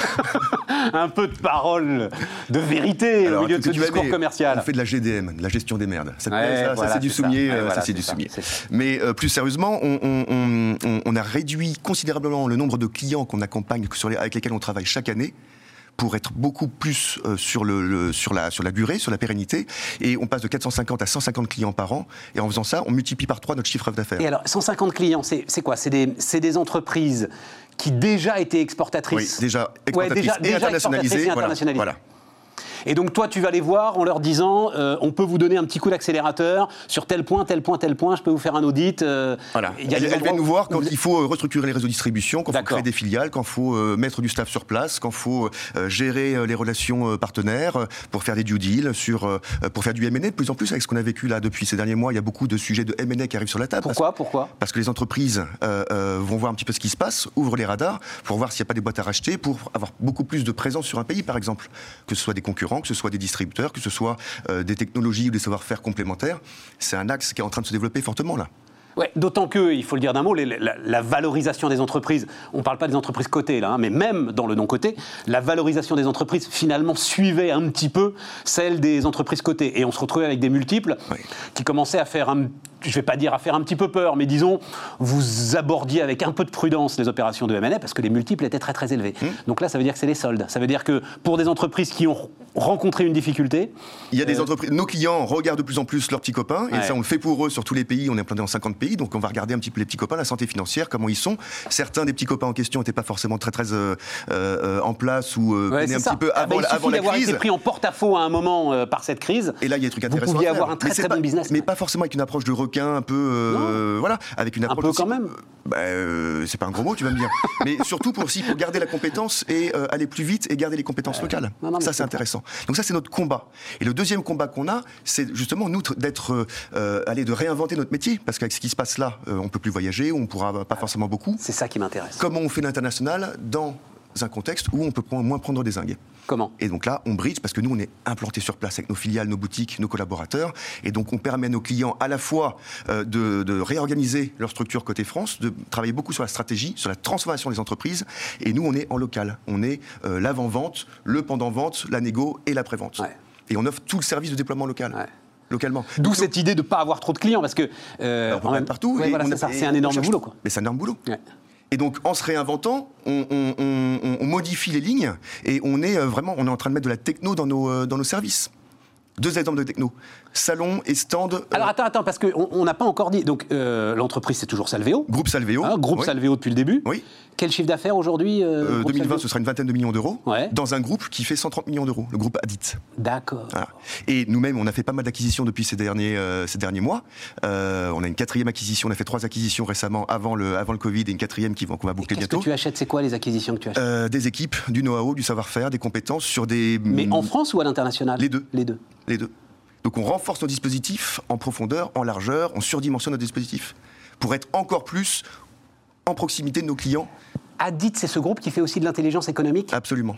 Un peu de parole, de vérité Alors, au milieu de ce discours commercial. On fait de la G D M, de la gestion des merdes. Ça, ouais, ça, voilà, ça c'est du soumier. ça, ouais, voilà, ça, c'est c'est du ça, soumier. c'est ça. Mais euh, plus sérieusement, on, on, on, on a réduit considérablement le nombre de clients qu'on accompagne, sur les, avec lesquels on travaille chaque année, pour être beaucoup plus euh, sur, le, le, sur, la, sur la durée, sur la pérennité. Et on passe de quatre cent cinquante à cent cinquante clients par an. Et en faisant ça, on multiplie par trois notre chiffre d'affaires. Et alors, cent cinquante clients, c'est, c'est quoi ? C'est des, c'est des entreprises qui déjà étaient exportatrices. Oui, déjà exportatrices ouais, déjà, et, déjà internationalisées. exportatrices et internationalisées. Voilà. voilà. Et donc toi, tu vas les voir en leur disant, euh, on peut vous donner un petit coup d'accélérateur sur tel point, tel point, tel point, je peux vous faire un audit. Euh, voilà. Il y a elle vient nous voir quand vous... il faut restructurer les réseaux de distribution, quand il faut créer des filiales, quand il faut euh, mettre du staff sur place, quand il faut euh, gérer euh, les relations euh, partenaires, euh, pour faire des due deals, sur, euh, pour faire du M and A. De plus en plus, avec ce qu'on a vécu là depuis ces derniers mois, il y a beaucoup de sujets de M and A qui arrivent sur la table. Pourquoi parce, Pourquoi Parce que les entreprises euh, euh, vont voir un petit peu ce qui se passe, ouvrent les radars, pour voir s'il n'y a pas des boîtes à racheter, pour avoir beaucoup plus de présence sur un pays, par exemple. Que ce soit des concurrents, que ce soit des distributeurs, que ce soit euh, des technologies ou des savoir-faire complémentaires, c'est un axe qui est en train de se développer fortement là. Ouais, d'autant que, il faut le dire d'un mot, les, la, la valorisation des entreprises, on ne parle pas des entreprises cotées là, hein, mais même dans le non coté, la valorisation des entreprises finalement suivait un petit peu celle des entreprises cotées. Et on se retrouvait avec des multiples oui. qui commençaient à faire un, je ne vais pas dire à faire un petit peu peur, mais disons, vous abordiez avec un peu de prudence les opérations de M and A parce que les multiples étaient très très élevés. Mmh. Donc là, ça veut dire que c'est les soldes. Ça veut dire que pour des entreprises qui ont rencontré une difficulté... Il y a des euh... entreprises, nos clients regardent de plus en plus leurs petits copains, et ouais. ça on le fait pour eux sur tous les pays, on est implanté dans cinquante pays, donc on va regarder un petit peu les petits copains, la santé financière, comment ils sont. Certains des petits copains en question n'étaient pas forcément très très euh, euh, en place ou euh, ouais, un ça. petit peu avant, ah bah, avant la crise. Il suffit d'avoir été pris en porte-à-faux à un moment euh, par cette crise. Et là, il y a des trucs intéressants. Vous pouviez avoir un très très pas, bon business. Mais pas forcément avec une approche de requin un peu... Euh, voilà, avec une approche... Un peu aussi, quand même. Bah, euh, c'est pas un gros mot, tu vas me dire. Mais surtout pour, aussi, pour garder la compétence et euh, aller plus vite et garder les compétences euh, locales. Non, non, ça, c'est intéressant. Donc ça, c'est notre combat. Et le deuxième combat qu'on a, c'est justement, nous, d'être... Euh, aller de réinventer notre métier. Parce qu'avec ce qui se passe là, euh, on peut plus voyager, on pourra pas forcément beaucoup. C'est ça qui m'intéresse. Comment on fait l'international dans un contexte où on peut moins prendre des zingues. Comment ? Et donc là, on bridge parce que nous, on est implantés sur place avec nos filiales, nos boutiques, nos collaborateurs. Et donc, on permet à nos clients à la fois euh, de, de réorganiser leur structure côté France, de travailler beaucoup sur la stratégie, sur la transformation des entreprises. Et nous, on est en local. On est euh, l'avant-vente, le pendant-vente, la négo et l'après-vente. Ouais. Et on offre tout le service de déploiement local. Ouais. Localement. D'où donc, cette idée de ne pas avoir trop de clients, parce que... Euh, on peut en même partout. Ouais, et voilà, on c'est, a, ça, c'est un énorme boulot. Quoi. Mais c'est un énorme boulot. Ouais. Et donc, en se réinventant, on, on, on, on modifie les lignes et on est vraiment, on est en train de mettre de la techno dans nos, dans nos services. Deux exemples de techno. Salon et stand. Euh... Alors attends, attends, parce qu'on n'a pas encore dit. Donc euh, l'entreprise, c'est toujours Salvéo. Groupe Salvéo. Hein, groupe oui. Salvéo depuis le début. Oui. Quel chiffre d'affaires aujourd'hui euh, euh, deux mille vingt, Salvéo ce sera une vingtaine de millions d'euros. Ouais. Dans un groupe qui fait cent trente millions d'euros, le groupe Adit. D'accord. Voilà. Et nous-mêmes, on a fait pas mal d'acquisitions depuis ces derniers, euh, ces derniers mois. Euh, on a une quatrième acquisition, on a fait trois acquisitions récemment avant le, avant le Covid et une quatrième qui, qu'on va boucler bientôt. Qu'est-ce que tu achètes ? C'est quoi les acquisitions que tu achètes ? euh, Des équipes, du know-how, du savoir-faire, des compétences sur des. Mais en France ou à l'international ? Les deux. Les deux. Les deux. Donc on renforce nos dispositifs en profondeur, en largeur, on surdimensionne nos dispositifs pour être encore plus en proximité de nos clients. Adit, c'est ce groupe qui fait aussi de l'intelligence économique ? Absolument.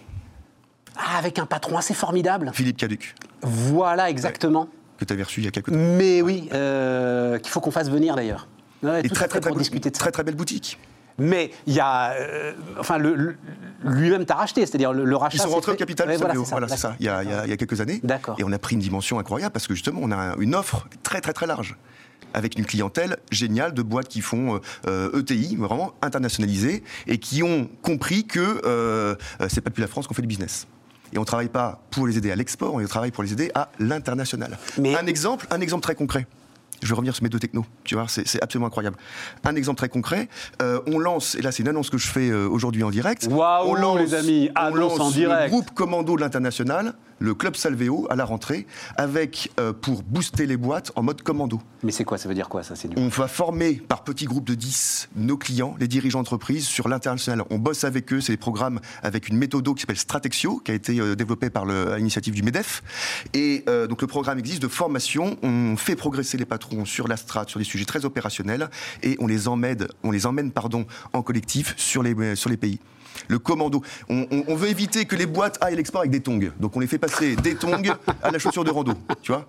Ah, avec un patron assez formidable. Philippe Caduc. Voilà, exactement. Ouais. Que tu avais reçu il y a quelques temps. Mais oui, euh, qu'il faut qu'on fasse venir d'ailleurs. Ouais, Et très très, très, discuter de très très belle boutique. Mais il y a, euh, enfin, le, le, lui-même t'a racheté, c'est-à-dire le, le rachat. Ils sont rentrés au capital, ouais, voilà, c'est ça. Voilà, c'est ça. Il, y a, il, y a, il y a quelques années. D'accord. Et on a pris une dimension incroyable parce que justement, on a une offre très très très large avec une clientèle géniale de boîtes qui font euh, E T I, vraiment internationalisées, et qui ont compris que euh, c'est pas depuis la France qu'on fait du business. Et on ne travaille pas pour les aider à l'export, on travaille pour les aider à l'international. Mais... Un exemple, un exemple très concret. Je vais revenir sur mes deux technos, tu vois, c'est, c'est absolument incroyable. Un exemple très concret, euh, on lance, et là c'est une annonce que je fais euh, aujourd'hui en direct. Waouh, on lance, les amis, annonce on lance en direct. Le groupe commando de l'international, le club Salvéo, à la rentrée, avec, euh, pour booster les boîtes en mode commando. Mais c'est quoi, ça veut dire quoi, ça c'est du... On va former par petits groupes de dix nos clients, les dirigeants d'entreprise, sur l'international. On bosse avec eux, c'est des programmes avec une méthode qui s'appelle Stratexio, qui a été euh, développée par le, à l'initiative du MEDEF. Et euh, donc le programme existe de formation, on fait progresser les patrons sur la strat, sur des sujets très opérationnels, et on les emmène, on les emmène pardon, en collectif sur les, sur les pays. Le commando. On, on, on veut éviter que les boîtes aillent à l'export avec des tongs. Donc on les fait passer des tongs à la chaussure de rando, tu vois.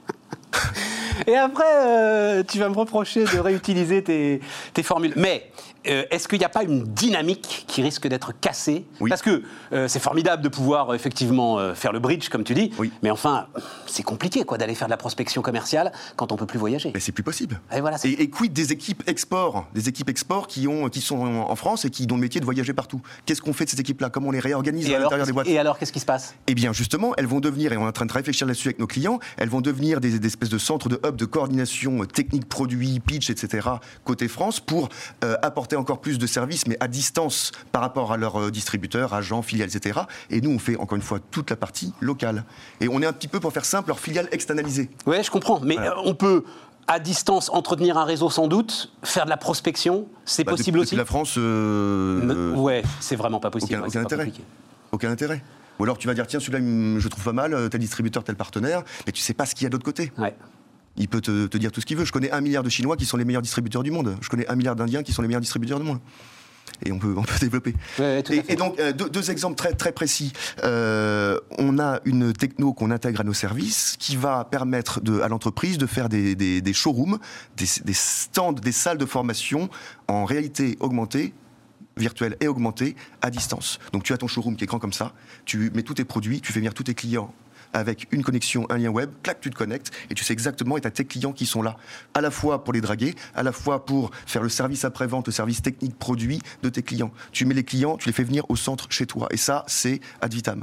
Et après, euh, tu vas me reprocher de réutiliser tes, tes formules. Mais euh, est-ce qu'il n'y a pas une dynamique qui risque d'être cassée ? Oui. Parce que euh, c'est formidable de pouvoir euh, effectivement euh, faire le bridge, comme tu dis. Oui. Mais enfin, c'est compliqué quoi, d'aller faire de la prospection commerciale quand on ne peut plus voyager. Mais c'est plus possible. Et, voilà, c'est... et, et quid des équipes export, des équipes export qui, ont, qui sont en France et qui ont le métier de voyager partout. Qu'est-ce qu'on fait de ces équipes-là ? Comment on les réorganise et à alors, l'intérieur des boîtes ? Et alors, qu'est-ce qui se passe ? Eh bien, justement, elles vont devenir, et on est en train de réfléchir là-dessus avec nos clients, elles vont devenir des, des espèces de centres de hub de coordination technique, produit, pitch, et cetera, côté France, pour euh, apporter encore plus de services, mais à distance par rapport à leurs euh, distributeurs, agents, filiales, et cetera. Et nous, on fait encore une fois toute la partie locale. Et on est un petit peu, pour faire simple, leurs filiales externalisées. Oui, je comprends, mais voilà. euh, on peut... à distance, entretenir un réseau sans doute, faire de la prospection, c'est bah, possible depuis, aussi. Depuis la France, euh, euh, ouais, c'est vraiment pas possible. Aucun, ouais, aucun intérêt. Aucun intérêt. Ou alors tu vas dire tiens celui-là je trouve pas mal, tel distributeur, tel partenaire, mais tu sais pas ce qu'il y a de l'autre côté. Ouais. Il peut te, te dire tout ce qu'il veut. Je connais un milliard de Chinois qui sont les meilleurs distributeurs du monde. Je connais un milliard d'Indiens qui sont les meilleurs distributeurs du monde. Et on peut, on peut développer. Ouais, tout à fait. Et, et donc, euh, deux, deux exemples très, très précis. Euh, on a une techno qu'on intègre à nos services qui va permettre de, à l'entreprise de faire des, des, des showrooms, des, des stands, des salles de formation en réalité augmentée, virtuelle et augmentée, à distance. Donc, tu as ton showroom qui est grand comme ça, tu mets tous tes produits, tu fais venir tous tes clients avec une connexion, un lien web, clac, tu te connectes et tu sais exactement, et tu as tes clients qui sont là, à la fois pour les draguer, à la fois pour faire le service après-vente, le service technique produit de tes clients. Tu mets les clients, tu les fais venir au centre chez toi. Et ça, c'est ad vitam.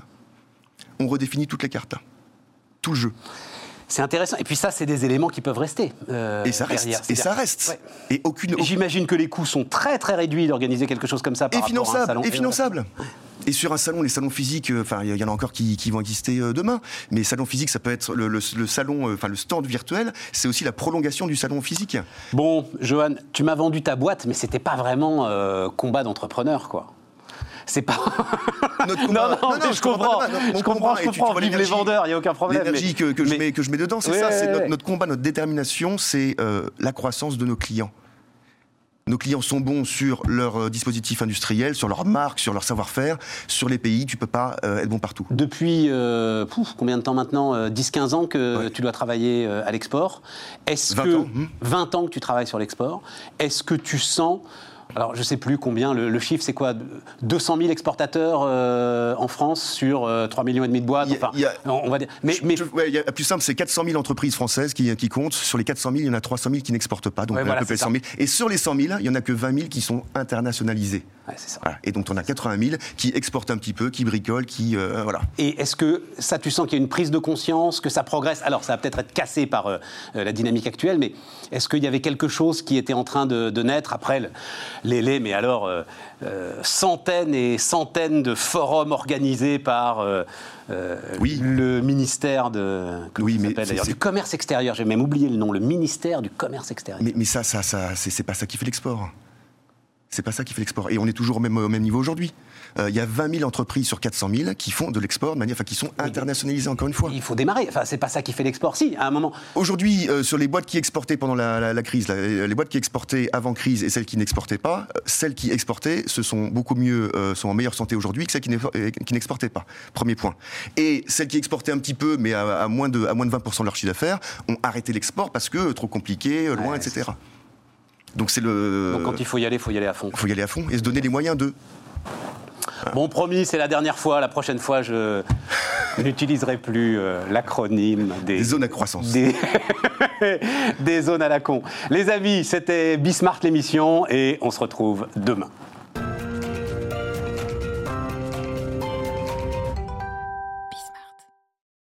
On redéfinit toutes les cartes. Tout le jeu. C'est intéressant. Et puis ça, c'est des éléments qui peuvent rester. Euh, et ça reste. Derrière. Et ça reste. Ouais. Et aucune. J'imagine que les coûts sont très très réduits d'organiser quelque chose comme ça par et rapport à un salon. Et finançable. Et sur un salon, les salons physiques, enfin, il y en a encore qui, qui vont exister demain. Mais salon physique, ça peut être le, le, le salon, enfin, le stand virtuel, c'est aussi la prolongation du salon physique. Bon, Johan, tu m'as vendu ta boîte, mais c'était pas vraiment euh, combat d'entrepreneur, quoi. C'est pas. Notre combat, non, non, non, non, je comprends. Notre, je comprends, je comprends. Vive les vendeurs, il n'y a aucun problème. L'énergie mais... que, que, mais... je mets, que je mets dedans, c'est ouais, ça. Ouais, c'est ouais. Notre, notre combat, notre détermination, c'est euh, la croissance de nos clients. Nos clients sont bons sur leur dispositif industriel, sur leur marque, sur leur savoir-faire. Sur les pays, tu ne peux pas euh, être bon partout. Depuis euh, pouf, combien de temps maintenant euh, dix quinze ans que ouais. tu dois travailler euh, à l'export. Est-ce vingt que, ans. Hum. vingt ans que tu travailles sur l'export. Est-ce que tu sens... Alors, je ne sais plus combien, le, le chiffre, c'est quoi deux cent mille exportateurs euh, en France sur euh, trois millions et demi de boîtes. Il y a, enfin, il y a, on va dire. Mais, je, mais... Je, ouais, il y a, plus simple, c'est quatre cent mille entreprises françaises qui, qui comptent. Sur les quatre cent mille, il y en a trois cent mille qui n'exportent pas, donc ouais, voilà, à peu près cent mille. Et sur les cent mille, il n'y en a que vingt mille qui sont internationalisés. Ouais, c'est ça. Voilà. Et donc, on a quatre-vingt mille qui exportent un petit peu, qui bricolent, qui. Euh, voilà. Et est-ce que ça, tu sens qu'il y a une prise de conscience, que ça progresse ? Alors, ça va peut-être être cassé par euh, la dynamique actuelle, mais est-ce qu'il y avait quelque chose qui était en train de, de naître après le, les laits, mais alors. Euh, euh, centaines et centaines de forums organisés par euh, euh, oui. le ministère de, oui, mais d'ailleurs, du commerce extérieur. J'ai même oublié le nom, le ministère du commerce extérieur. Mais, mais ça, ça, ça c'est, c'est pas ça qui fait l'export. C'est pas ça qui fait l'export. Et on est toujours au même, au même niveau aujourd'hui. Il euh, y a vingt mille entreprises sur quatre cent mille qui font de l'export de manière, enfin, qui sont internationalisées, encore une fois. Il faut démarrer. Enfin, c'est pas ça qui fait l'export, si, à un moment. Aujourd'hui, euh, sur les boîtes qui exportaient pendant la, la, la crise, là, les boîtes qui exportaient avant crise et celles qui n'exportaient pas, celles qui exportaient se sont beaucoup mieux, euh, sont en meilleure santé aujourd'hui que celles qui, qui n'exportaient pas. Premier point. Et celles qui exportaient un petit peu, mais à, à, moins, de, à moins de vingt pour cent de leur chiffre d'affaires, ont arrêté l'export parce que trop compliqué, loin, ouais, et cetera. Donc, c'est le... Donc quand il faut y aller, il faut y aller à fond. Il faut y aller à fond et se donner les moyens de... Bon, promis, c'est la dernière fois. La prochaine fois, je n'utiliserai plus euh, l'acronyme des... Des zones à croissance. Des... des zones à la con. Les amis, c'était Bismart l'émission et on se retrouve demain.